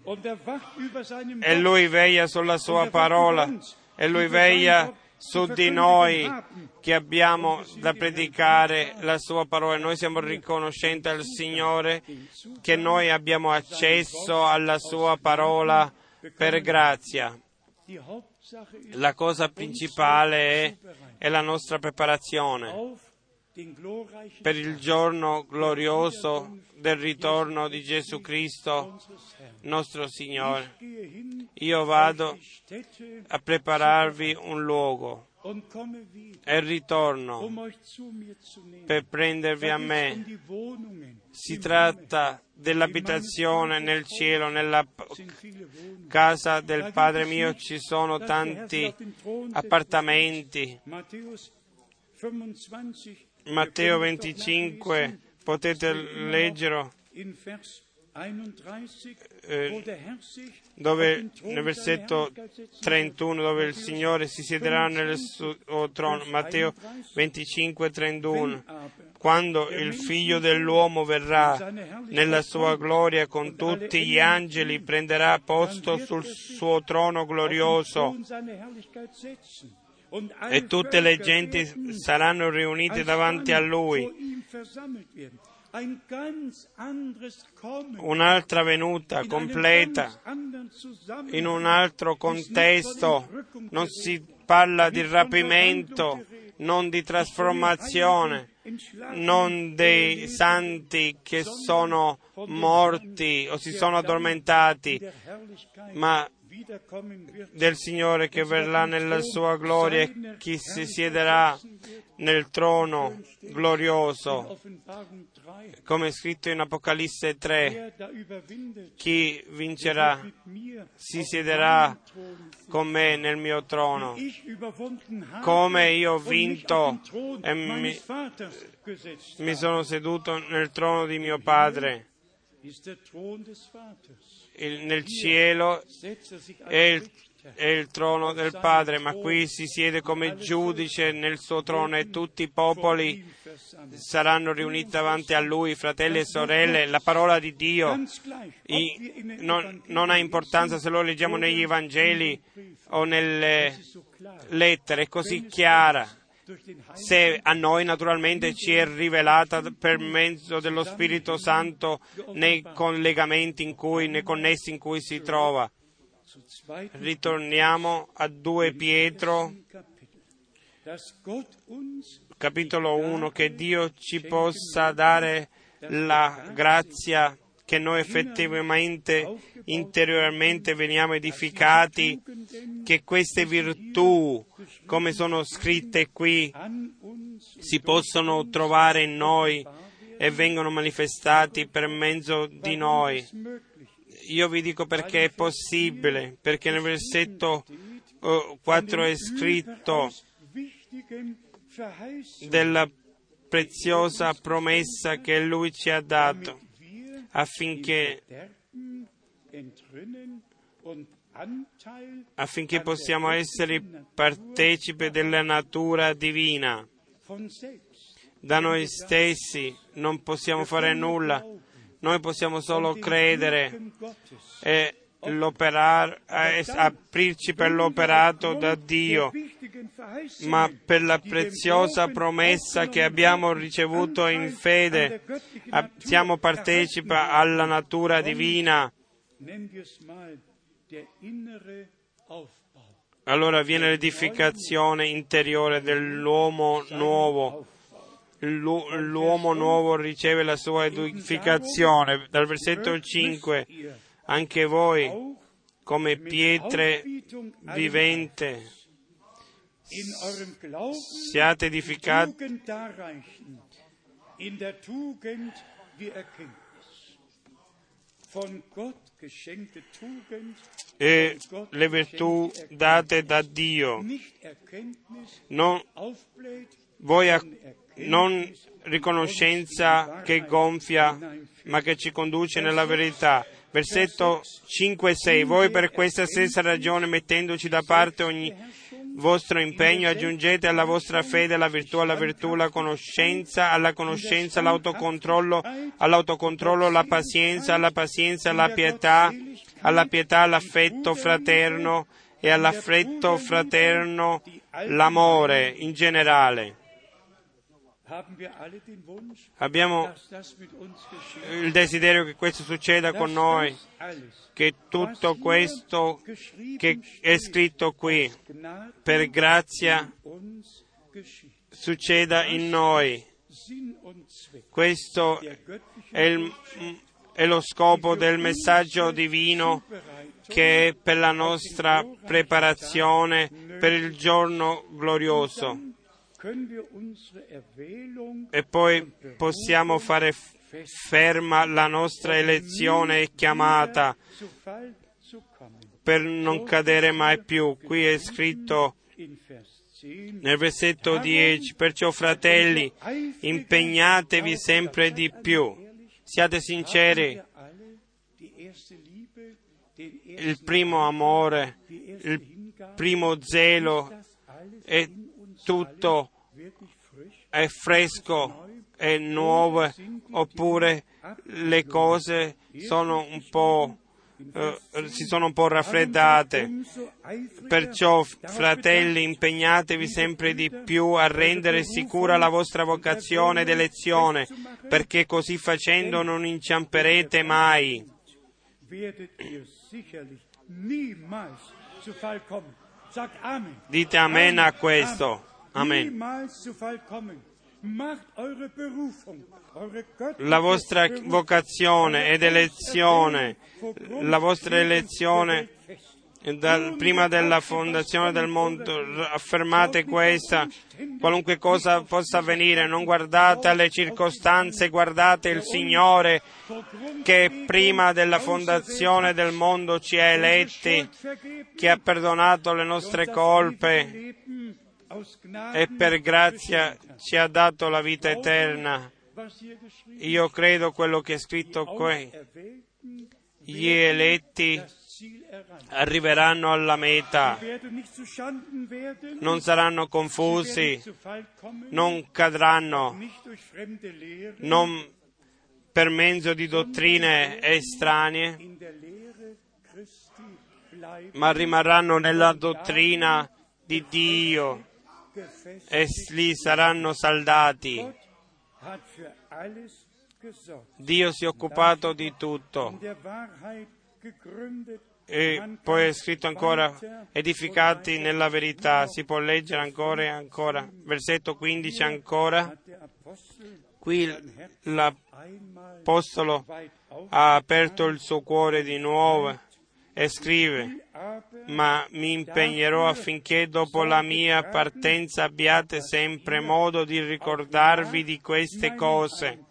e Lui veglia sulla sua parola, e Lui veglia su di noi che abbiamo da predicare la sua parola. Noi siamo riconoscenti al Signore che noi abbiamo accesso alla sua parola per grazia. La cosa principale è, è la nostra preparazione per il giorno glorioso del ritorno di Gesù Cristo, nostro Signore. Io vado a prepararvi un luogo. e ritorno per prendervi a me. Si tratta dell'abitazione nel cielo, nella casa del Padre mio ci sono tanti appartamenti. Matteo venticinque, potete leggerlo, eh, dove nel versetto trentuno, dove il Signore si siederà nel suo trono. Matteo venticinque, trentuno. Quando il Figlio dell'uomo verrà nella sua gloria con tutti gli angeli, prenderà posto sul suo trono glorioso e tutte le genti saranno riunite davanti a Lui. Un'altra venuta completa, in un altro contesto. Non si parla di rapimento, non di trasformazione, non dei santi che sono morti o si sono addormentati, ma del Signore che verrà nella sua gloria e chi si siederà nel trono glorioso, come è scritto in Apocalisse tre. Chi vincerà si siederà con me nel mio trono, come io ho vinto e mi, mi sono seduto nel trono di mio Padre. Il, nel cielo è il, è il trono del Padre, ma qui si siede come giudice nel suo trono e tutti i popoli saranno riuniti davanti a Lui, fratelli e sorelle. La parola di Dio i, non, non ha importanza se lo leggiamo negli Evangeli o nelle lettere, è così chiara. Se a noi naturalmente ci è rivelata per mezzo dello Spirito Santo nei collegamenti in cui, nei connessi in cui si trova. Ritorniamo a due Pietro, capitolo uno, che Dio ci possa dare la grazia che noi effettivamente interiormente veniamo edificati, che queste virtù, come sono scritte qui, si possono trovare in noi e vengono manifestati per mezzo di noi. Io vi dico perché è possibile, perché nel versetto quattro è scritto della preziosa promessa che Lui ci ha dato, affinché, affinché possiamo essere partecipi della natura divina. Da noi stessi non possiamo fare nulla, noi possiamo solo credere e l'operare, aprirci per l'operato da Dio, ma per la preziosa promessa che abbiamo ricevuto in fede siamo partecipi alla natura divina. Allora viene l'edificazione interiore dell'uomo nuovo. L'uomo nuovo riceve la sua edificazione. Dal versetto cinque, anche voi, come pietre viventi, siate edificati e le virtù date da Dio, non, voi a, non riconoscenza che gonfia, ma che ci conduce nella verità. Versetto cinque e sei, voi per questa stessa ragione, mettendoci da parte ogni vostro impegno, aggiungete alla vostra fede la virtù, alla virtù la conoscenza, alla conoscenza l'autocontrollo, all'autocontrollo la pazienza, alla pazienza la pietà, alla pietà l'affetto fraterno e all'affetto fraterno l'amore in generale. Abbiamo il desiderio che questo succeda con noi, che tutto questo che è scritto qui, per grazia, succeda in noi. Questo è, il, è lo scopo del messaggio divino che è per la nostra preparazione per il giorno glorioso. E poi possiamo fare ferma la nostra elezione e chiamata per non cadere mai più. Qui è scritto nel versetto dieci: perciò fratelli, impegnatevi sempre di più, siate sinceri, il primo amore, il primo zelo, è tutto è fresco, è nuovo, oppure le cose sono un po' eh, si sono un po' raffreddate. Perciò, fratelli, impegnatevi sempre di più a rendere sicura la vostra vocazione ed elezione, perché così facendo non inciamperete mai. Dite amen a questo. Amen. La vostra vocazione ed elezione, la vostra elezione dal, prima della fondazione del mondo, affermate questa, qualunque cosa possa avvenire, non guardate alle circostanze, guardate il Signore che prima della fondazione del mondo ci ha eletti, che ha perdonato le nostre colpe e per grazia ci ha dato la vita eterna. Io credo quello che è scritto qui. Gli eletti arriveranno alla meta, non saranno confusi, non cadranno, non per mezzo di dottrine estranee, ma rimarranno nella dottrina di Dio e lì saranno saldati. Dio si è occupato di tutto. E poi è scritto ancora, edificati nella verità. Si può leggere ancora e ancora. Versetto quindici ancora. Qui l'Apostolo ha aperto il suo cuore di nuovo e scrive: ma mi impegnerò affinché dopo la mia partenza abbiate sempre modo di ricordarvi di queste cose.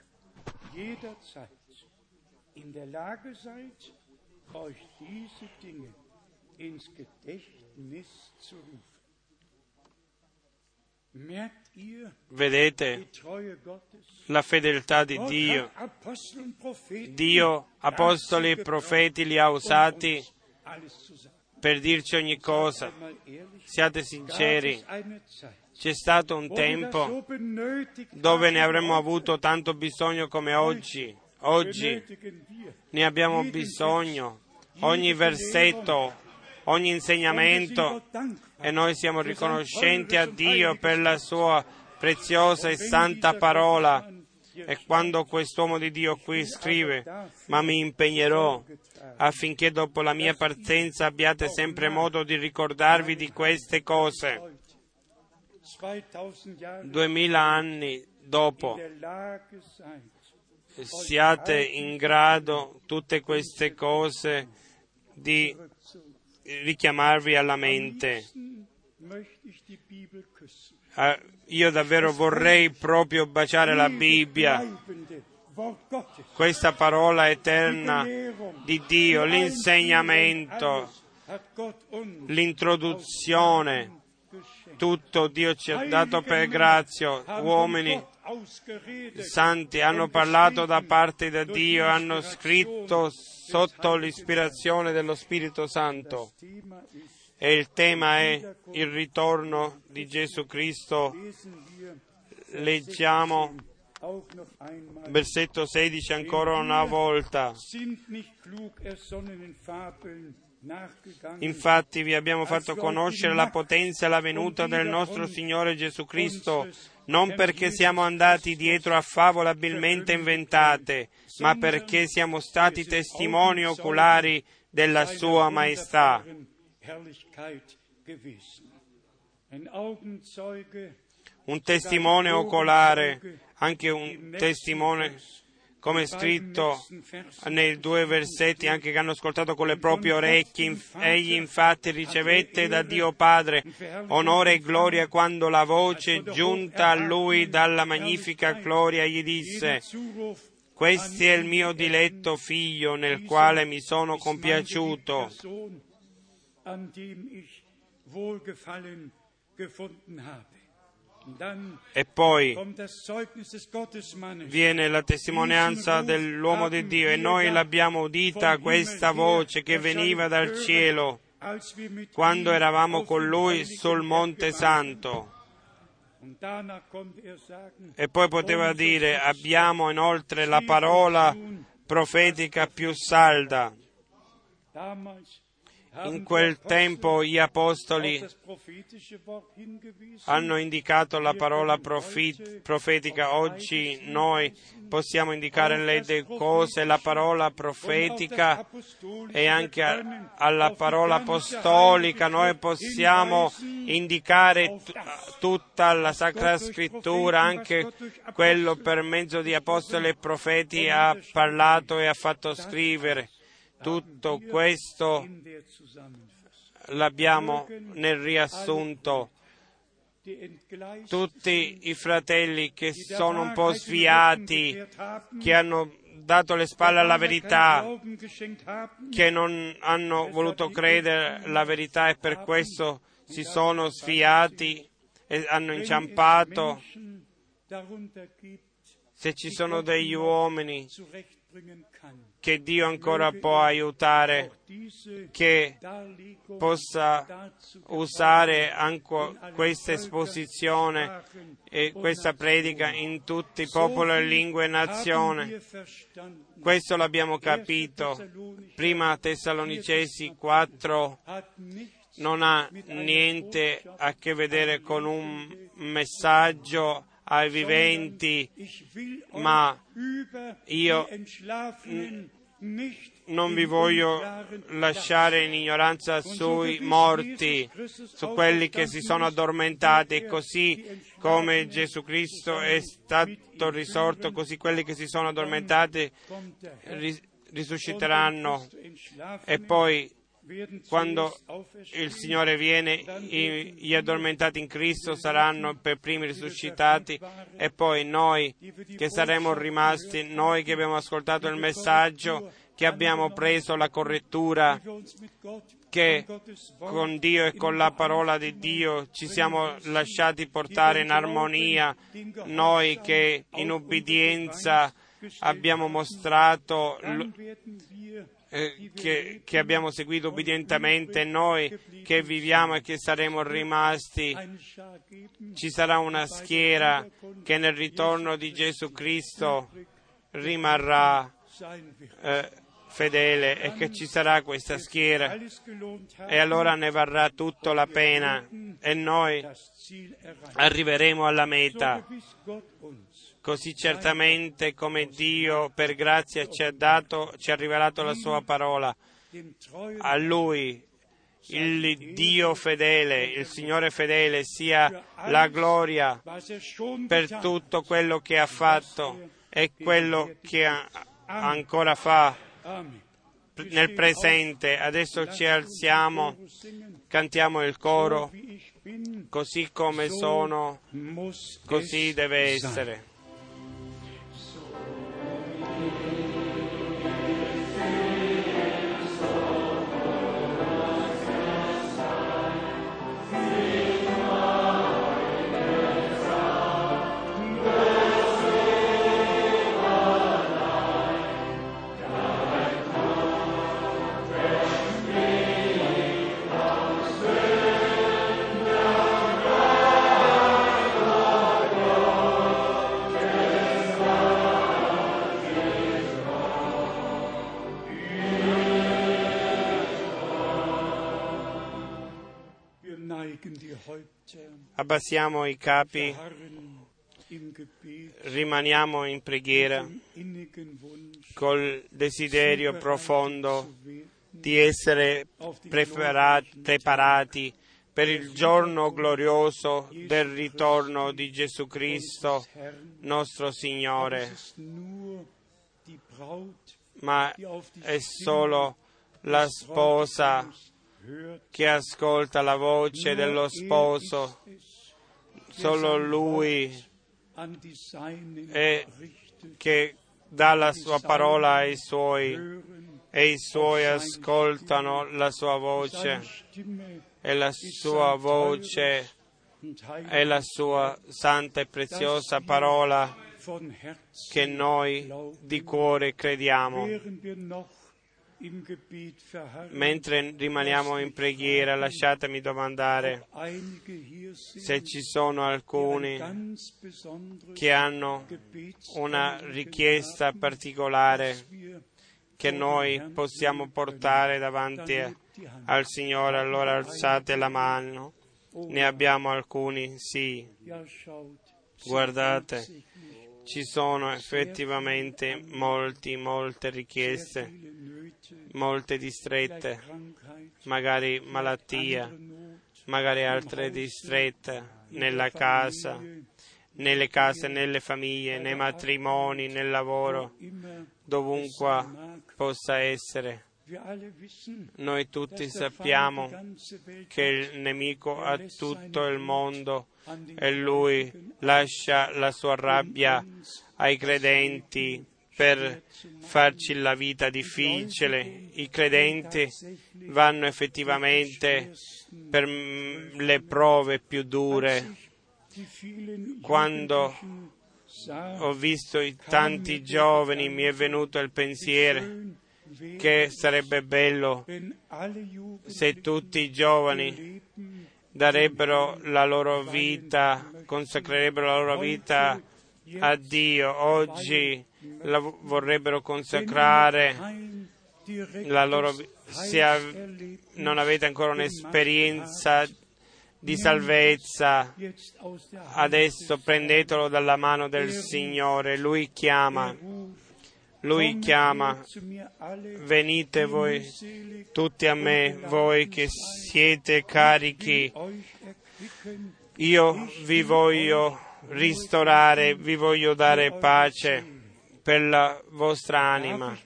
Vedete la fedeltà di Dio. Dio, apostoli e profeti, li ha usati per dirci ogni cosa. Siate sinceri. C'è stato un tempo dove ne avremmo avuto tanto bisogno come oggi. Oggi ne abbiamo bisogno. Ogni versetto, ogni insegnamento, e noi siamo riconoscenti a Dio per la sua preziosa e santa parola. E quando quest'uomo di Dio qui scrive: ma mi impegnerò affinché dopo la mia partenza abbiate sempre modo di ricordarvi di queste cose. Duemila anni dopo siate in grado tutte queste cose di richiamarvi alla mente. Uh, io davvero vorrei proprio baciare la Bibbia, questa parola eterna di Dio, l'insegnamento, l'introduzione, tutto Dio ci ha dato per grazia. Uomini santi hanno parlato da parte di Dio, hanno scritto sotto l'ispirazione dello Spirito Santo. E il tema è il ritorno di Gesù Cristo. Leggiamo versetto sedici ancora una volta. Infatti vi abbiamo fatto conoscere la potenza e la venuta del nostro Signore Gesù Cristo, non perché siamo andati dietro a favole abilmente inventate, ma perché siamo stati testimoni oculari della Sua Maestà. Un testimone oculare, anche un testimone come è scritto nei due versetti anche che hanno ascoltato con le proprie orecchie. Egli infatti ricevette da Dio Padre onore e gloria quando la voce giunta a lui dalla magnifica gloria gli disse: questo è il mio diletto figlio nel quale mi sono compiaciuto. E poi viene la testimonianza dell'uomo di Dio, e noi l'abbiamo udita questa voce che veniva dal cielo quando eravamo con lui sul Monte Santo. E poi poteva dire: abbiamo inoltre la parola profetica più salda. In quel tempo gli apostoli hanno indicato la parola profit- profetica. Oggi noi possiamo indicare le cose, la parola profetica e anche a, alla parola apostolica. Noi possiamo indicare t- tutta la Sacra Scrittura, anche quello per mezzo di apostoli e profeti ha parlato e ha fatto scrivere. Tutto questo l'abbiamo nel riassunto. Tutti i fratelli che sono un po' sviati, che hanno dato le spalle alla verità, che non hanno voluto credere la verità e per questo si sono sviati e hanno inciampato. Se ci sono degli uomini che Dio ancora può aiutare, che possa usare anche questa esposizione e questa predica in tutti i popoli, lingue e nazioni. Questo l'abbiamo capito. Prima Tessalonicesi quattro non ha niente a che vedere con un messaggio ai viventi, ma io non vi voglio lasciare in ignoranza sui morti, su quelli che si sono addormentati, e così come Gesù Cristo è stato risorto, così quelli che si sono addormentati risusciteranno. E poi quando il Signore viene, gli addormentati in Cristo saranno per primi risuscitati, e poi noi che saremo rimasti, noi che abbiamo ascoltato il messaggio, che abbiamo preso la correttura, che con Dio e con la parola di Dio ci siamo lasciati portare in armonia, noi che in ubbidienza abbiamo mostrato Eh, che, che abbiamo seguito obbedientemente, noi che viviamo e che saremo rimasti, ci sarà una schiera che nel ritorno di Gesù Cristo rimarrà eh, fedele, e che ci sarà questa schiera, e allora ne varrà tutto la pena e noi arriveremo alla meta. Così certamente come Dio per grazia ci ha dato, ci ha rivelato la sua parola, a Lui, il Dio fedele, il Signore fedele, sia la gloria per tutto quello che ha fatto e quello che ancora fa nel presente. Adesso ci alziamo, cantiamo il coro: così come sono, così deve essere. Abbassiamo i capi, rimaniamo in preghiera col desiderio profondo di essere preparati, preparati per il giorno glorioso del ritorno di Gesù Cristo, nostro Signore. ma è solo la sposa che ascolta la voce dello sposo. Solo lui è che dà la sua parola ai suoi e i suoi ascoltano la sua voce e la sua voce è la sua santa e preziosa parola che noi di cuore crediamo. Mentre rimaniamo in preghiera, lasciatemi domandare se ci sono alcuni che hanno una richiesta particolare che noi possiamo portare davanti al Signore. Allora alzate la mano. Ne abbiamo alcuni? Sì. Guardate, ci sono effettivamente molti, molte richieste, molte distrette, magari malattia, magari altre distrette nella casa, nelle case, nelle famiglie, nei matrimoni, nel lavoro, dovunque possa essere. Noi tutti sappiamo che il nemico ha tutto il mondo e lui lascia la sua rabbia ai credenti per farci la vita difficile. I credenti vanno effettivamente per le prove più dure. Quando ho visto i tanti giovani mi è venuto il pensiero che sarebbe bello se tutti i giovani darebbero la loro vita, consacrerebbero la loro vita a Dio. Oggi la vorrebbero consacrare la loro vita. Se non avete ancora un'esperienza di salvezza, adesso prendetelo dalla mano del Signore. Lui chiama. Lui chiama, venite voi tutti a me, voi che siete carichi, io vi voglio ristorare, vi voglio dare pace per la vostra anima.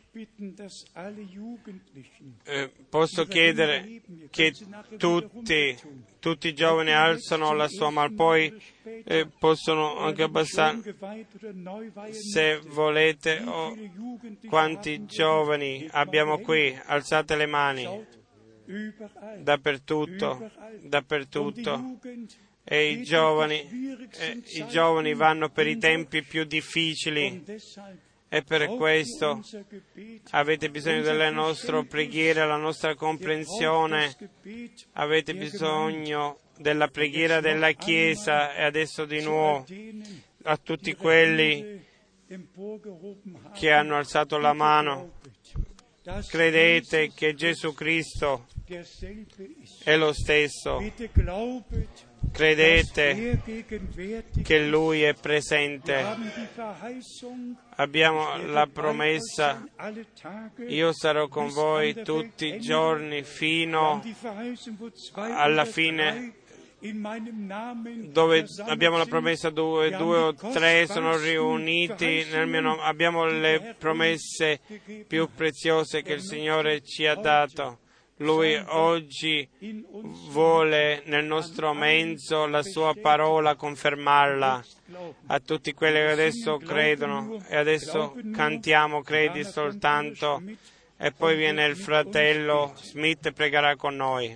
Eh, posso chiedere che tutti, tutti i giovani alzano la sua mano, poi eh, possono anche abbassare, se volete. Oh, quanti giovani abbiamo qui? Alzate le mani. Dappertutto, dappertutto. E i giovani, eh, i giovani vanno per i tempi più difficili. E per questo avete bisogno della nostra preghiera, la nostra comprensione, avete bisogno della preghiera della Chiesa. E adesso di nuovo a tutti quelli che hanno alzato la mano, credete che Gesù Cristo è lo stesso. Credete che Lui è presente. Abbiamo la promessa: io sarò con voi tutti i giorni fino alla fine, dove abbiamo la promessa dove due o tre sono riuniti nel mio nome. Abbiamo le promesse più preziose che il Signore ci ha dato. Lui oggi vuole nel nostro mezzo la sua parola confermarla a tutti quelli che adesso credono. E adesso cantiamo Credi soltanto, e poi viene il fratello Smith e pregherà con noi.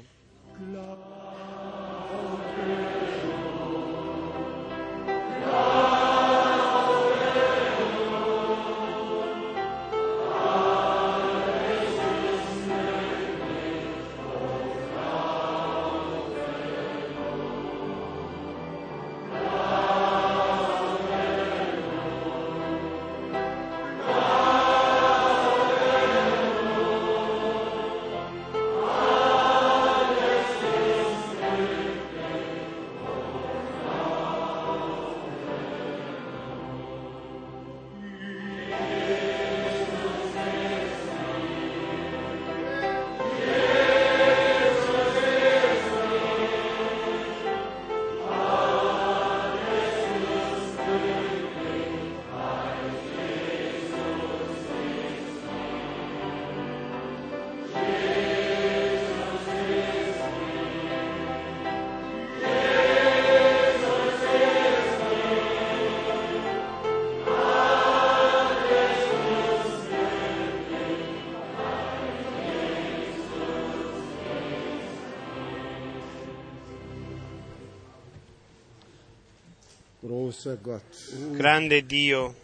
Grande Dio,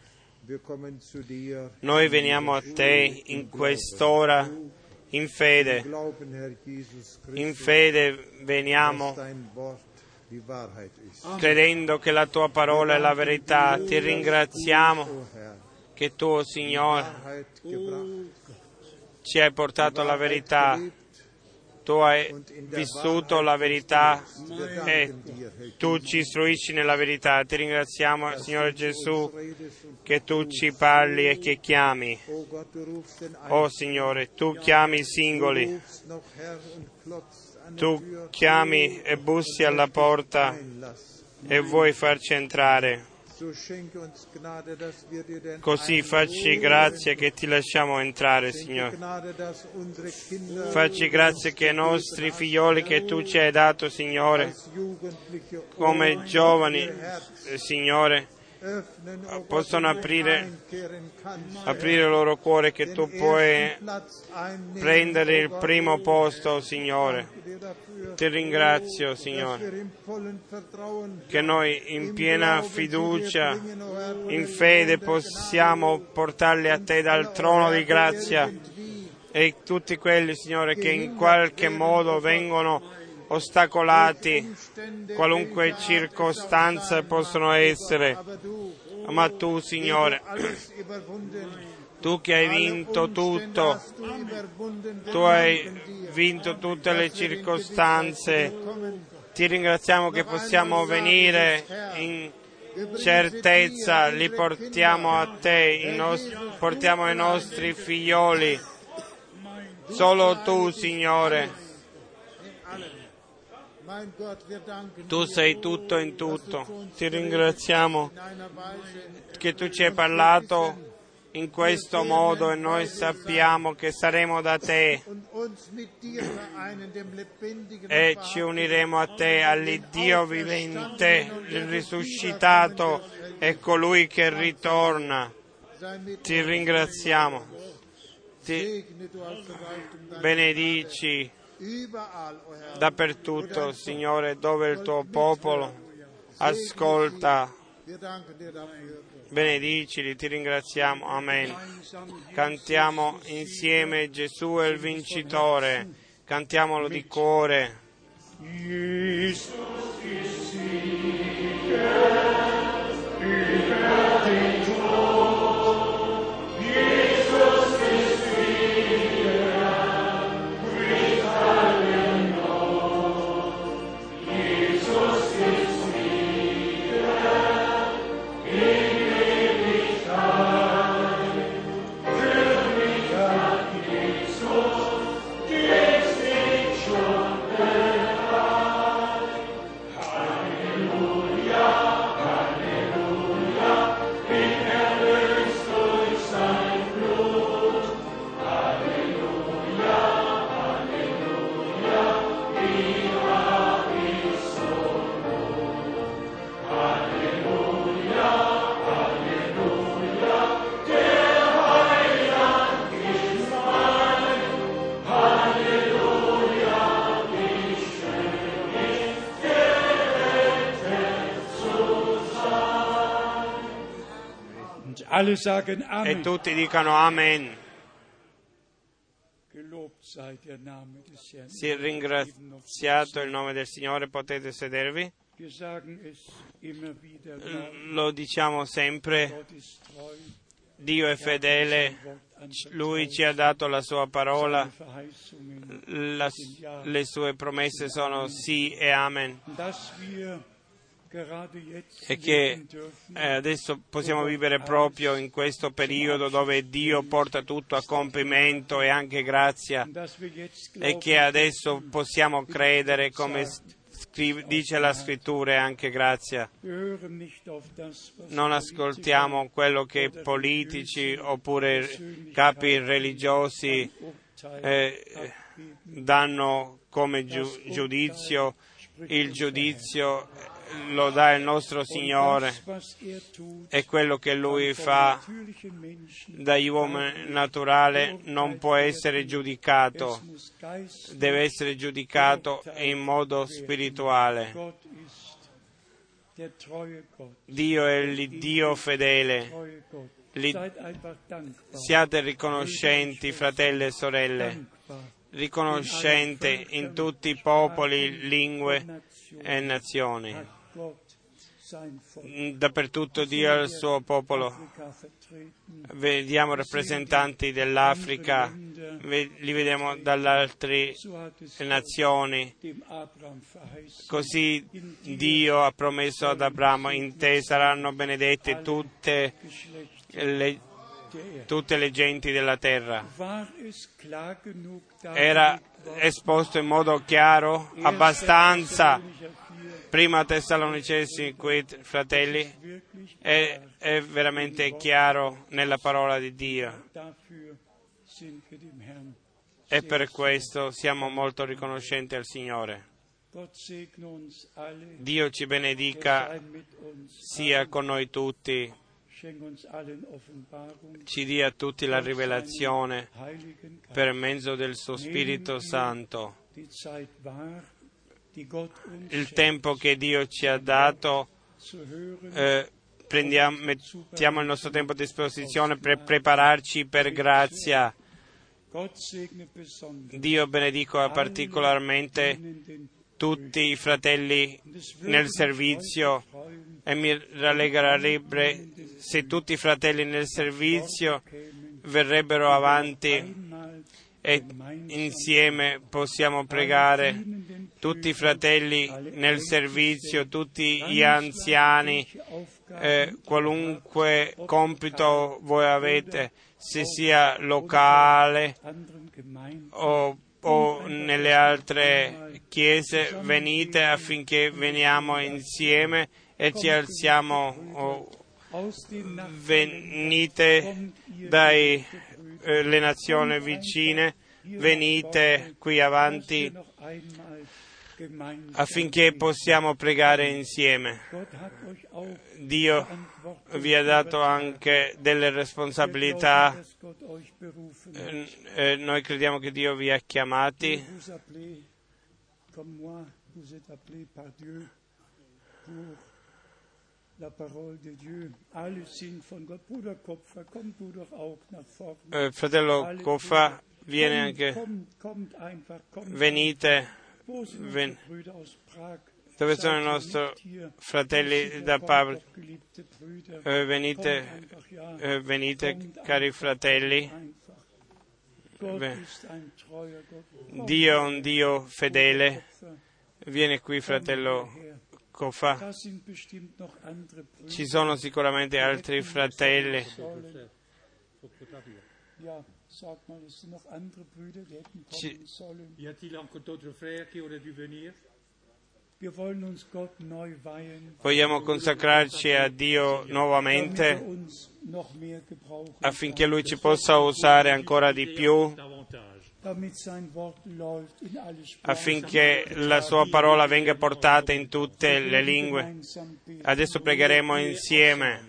noi veniamo a Te in quest'ora in fede. In fede veniamo credendo che la Tua parola è la verità. Ti ringraziamo che Tu, Signore, ci hai portato la verità. Tu hai vissuto la verità e Tu ci istruisci nella verità. Ti ringraziamo, Signore Gesù, che Tu ci parli e che chiami. Oh Signore, Tu chiami i singoli. Tu chiami e bussi alla porta e vuoi farci entrare. Così facci grazia che ti lasciamo entrare, Signore. Facci grazia che i nostri figlioli che Tu ci hai dato, Signore, come giovani, Signore, possono aprire, aprire il loro cuore, che Tu puoi prendere il primo posto, Signore. Ti ringrazio, Signore, che noi in piena fiducia, in fede, possiamo portarli a Te dal trono di grazia, e tutti quelli, Signore, che in qualche modo vengono ostacolati, qualunque circostanza possono essere, ma Tu, Signore, Tu che hai vinto tutto, Tu hai vinto tutte le circostanze, Ti ringraziamo che possiamo venire in certezza, li portiamo a Te, i nostri, portiamo i nostri figlioli, solo Tu, Signore. Tu sei tutto in tutto. Ti ringraziamo che Tu ci hai parlato in questo modo e noi sappiamo che saremo da Te e ci uniremo a Te, all'Iddio vivente, il risuscitato e colui che ritorna. Ti ringraziamo. Ti benedici dappertutto, Signore, dove il Tuo popolo ascolta. Benedicili, Ti ringraziamo. Amen. Cantiamo insieme Gesù è il vincitore. Cantiamolo di cuore. E tutti dicano Amen. Si è ringraziato il nome del Signore, potete sedervi. Lo diciamo sempre, Dio è fedele, Lui ci ha dato la Sua parola, la, le Sue promesse sono sì e Amen. E che eh, adesso possiamo vivere proprio in questo periodo dove Dio porta tutto a compimento e anche grazia, e che adesso possiamo credere come scrive, dice la Scrittura, e anche grazia. Non ascoltiamo quello che politici oppure capi religiosi eh, danno come giu- giudizio. Il giudizio lo dà il nostro Signore, e quello che Lui fa dagli uomini naturali non può essere giudicato, deve essere giudicato in modo spirituale. Dio è l'Iddio fedele. Siate riconoscenti, fratelli e sorelle, riconoscente in tutti i popoli, lingue e nazioni. Dappertutto Dio ha il suo popolo. Vediamo rappresentanti dell'Africa, li vediamo dalle altre nazioni. Così Dio ha promesso ad Abramo: in te saranno benedette tutte le, tutte le genti della terra. Era esposto in modo chiaro, abbastanza. Prima Tessalonicesi, fratelli, è, è veramente chiaro nella parola di Dio. E per questo siamo molto riconoscenti al Signore. Dio ci benedica, sia con noi tutti, ci dia a tutti la rivelazione per mezzo del suo Spirito Santo. Il tempo che Dio ci ha dato, eh, prendiamo, mettiamo il nostro tempo a disposizione per prepararci per grazia. Dio benedica particolarmente tutti i fratelli nel servizio e mi rallegrerebbe se tutti i fratelli nel servizio verrebbero avanti e insieme possiamo pregare. Tutti i fratelli nel servizio, tutti gli anziani, eh, qualunque compito voi avete, se sia locale o, o nelle altre chiese, venite affinché veniamo insieme e ci alziamo. O venite dalle eh, nazioni vicine, venite qui avanti affinché possiamo pregare insieme. Dio vi ha dato anche delle responsabilità. Eh, eh, noi crediamo che Dio vi ha chiamati. Eh, fratello Coffa, viene anche. Venite. Ven- Dove sono i nostri fratelli da Pablo? Eh, venite, eh, venite, cari fratelli. Beh, Dio è un Dio fedele. Vieni qui, fratello Coffa. Ci sono sicuramente altri fratelli. Ci... Vogliamo consacrarci a Dio nuovamente affinché Lui ci possa usare ancora di più, affinché la Sua parola venga portata in tutte le lingue. Adesso pregheremo insieme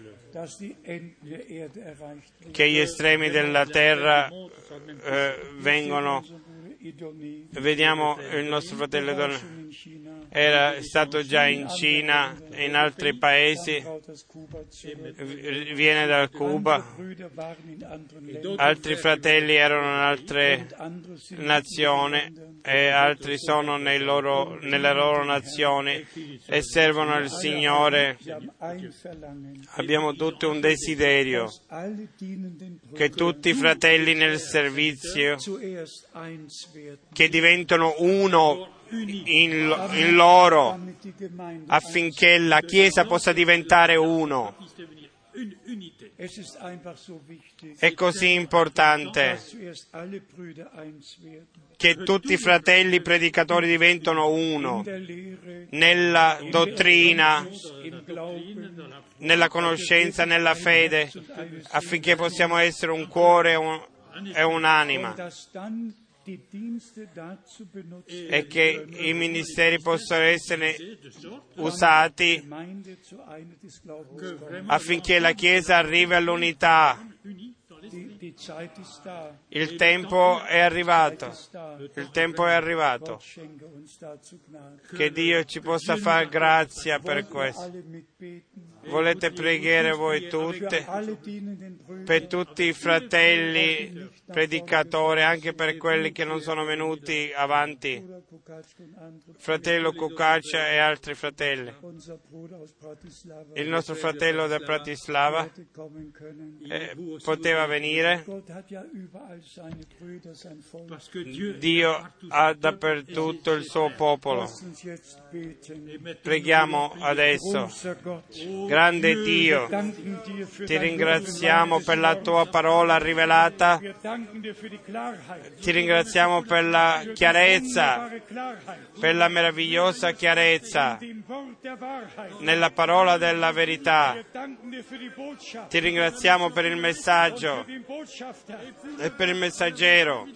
che gli estremi della terra eh, vengano. Vediamo il nostro fratello Don era stato già in Cina e in altri paesi, viene da Cuba, altri fratelli erano in altre nazioni e altri sono nei loro, nelle loro nazioni e servono il Signore. Abbiamo tutti un desiderio che tutti i fratelli nel servizio che diventano uno in, in loro, affinché la Chiesa possa diventare uno. È così importante che tutti i fratelli predicatori diventano uno nella dottrina, nella conoscenza, nella fede, affinché possiamo essere un cuore e un'anima, e che i ministeri possano essere usati affinché la Chiesa arrivi all'unità, Il tempo è arrivato. Il tempo è arrivato. Che Dio ci possa far grazia per questo. Volete pregare voi tutte per tutti i fratelli predicatori, anche per quelli che non sono venuti avanti, fratello Kukaccia e altri fratelli. Il nostro fratello da Bratislava eh, poteva venire. Dio ha dappertutto il suo popolo. Preghiamo adesso. Grande Dio, ti ringraziamo per la tua parola rivelata, ti ringraziamo per la chiarezza, per la meravigliosa chiarezza nella parola della verità. Ti ringraziamo per il messaggio e per il messaggero.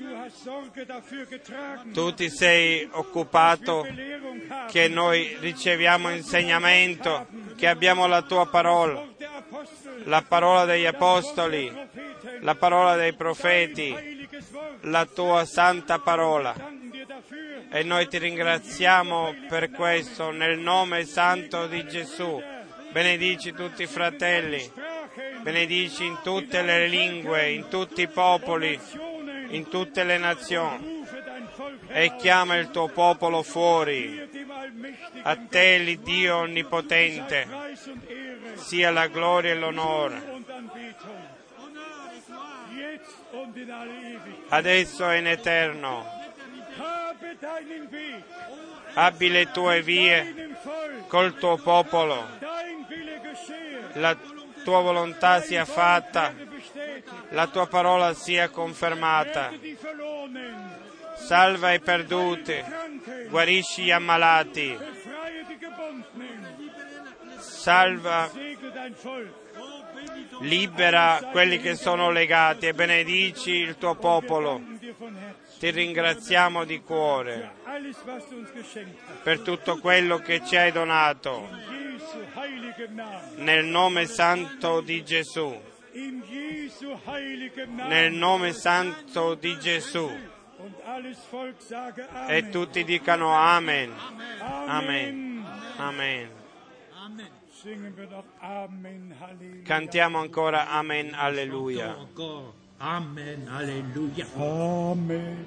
Tu ti sei occupato che noi riceviamo insegnamento, che abbiamo la tua parola, la parola degli apostoli, la parola dei profeti, la tua santa parola. E noi ti ringraziamo per questo nel nome santo di Gesù. Benedici tutti i fratelli, benedici in tutte le lingue, in tutti i popoli, in tutte le nazioni, e chiama il tuo popolo fuori. A te, l'Iddio onnipotente, sia la gloria e l'onore, adesso e in eterno. Abbi le tue vie col tuo popolo, la tua volontà sia fatta, la tua parola sia confermata. Salva i perduti, guarisci gli ammalati, salva, libera quelli che sono legati e benedici il tuo popolo. Ti ringraziamo di cuore per tutto quello che ci hai donato, nel nome santo di Gesù, nel nome santo di Gesù. E tutti dicano Amen, Amen, Amen. Cantiamo ancora Amen, Alleluia. Amen, Alleluia. Amen.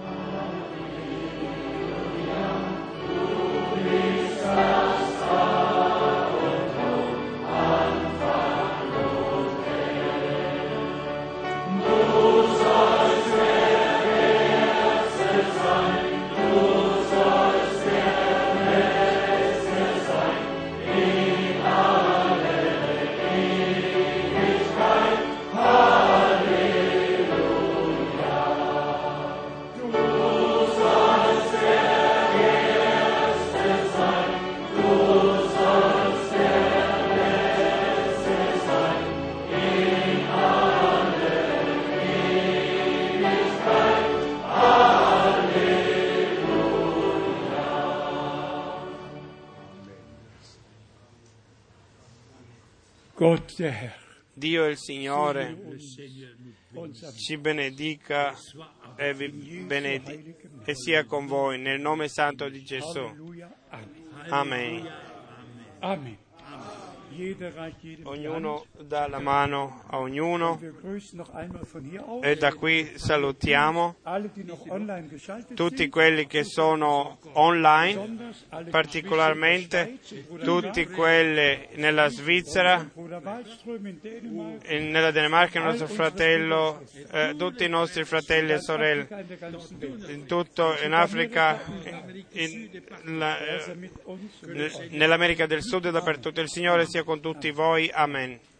Gott, der Herr, Dio il Signore ci benedica e, vi benedi- e sia con voi nel nome santo di Gesù. Halleluja, Amen. Amen. Amen. Jeder reicht jedem die Ognuno Hand. dà la mano a ognuno Wir grüßen noch einmal von hier aus e da qui salutiamo alle, die noch online geschaltet tutti sind, quelli che sono online, besonders alle particolarmente tutti quelli nella Svizzera, Bruder Wallström in Dänemark, in- nella Danimarca, il nostro fratello, eh, tutti i nostri fratelli e sorelle, Afrika, in der ganzen Welt. in tutto, in Africa, in- in la- Dass er eh, mit uns nell'America del Sud e dappertutto. Il Signore sia con tutti voi. Amen.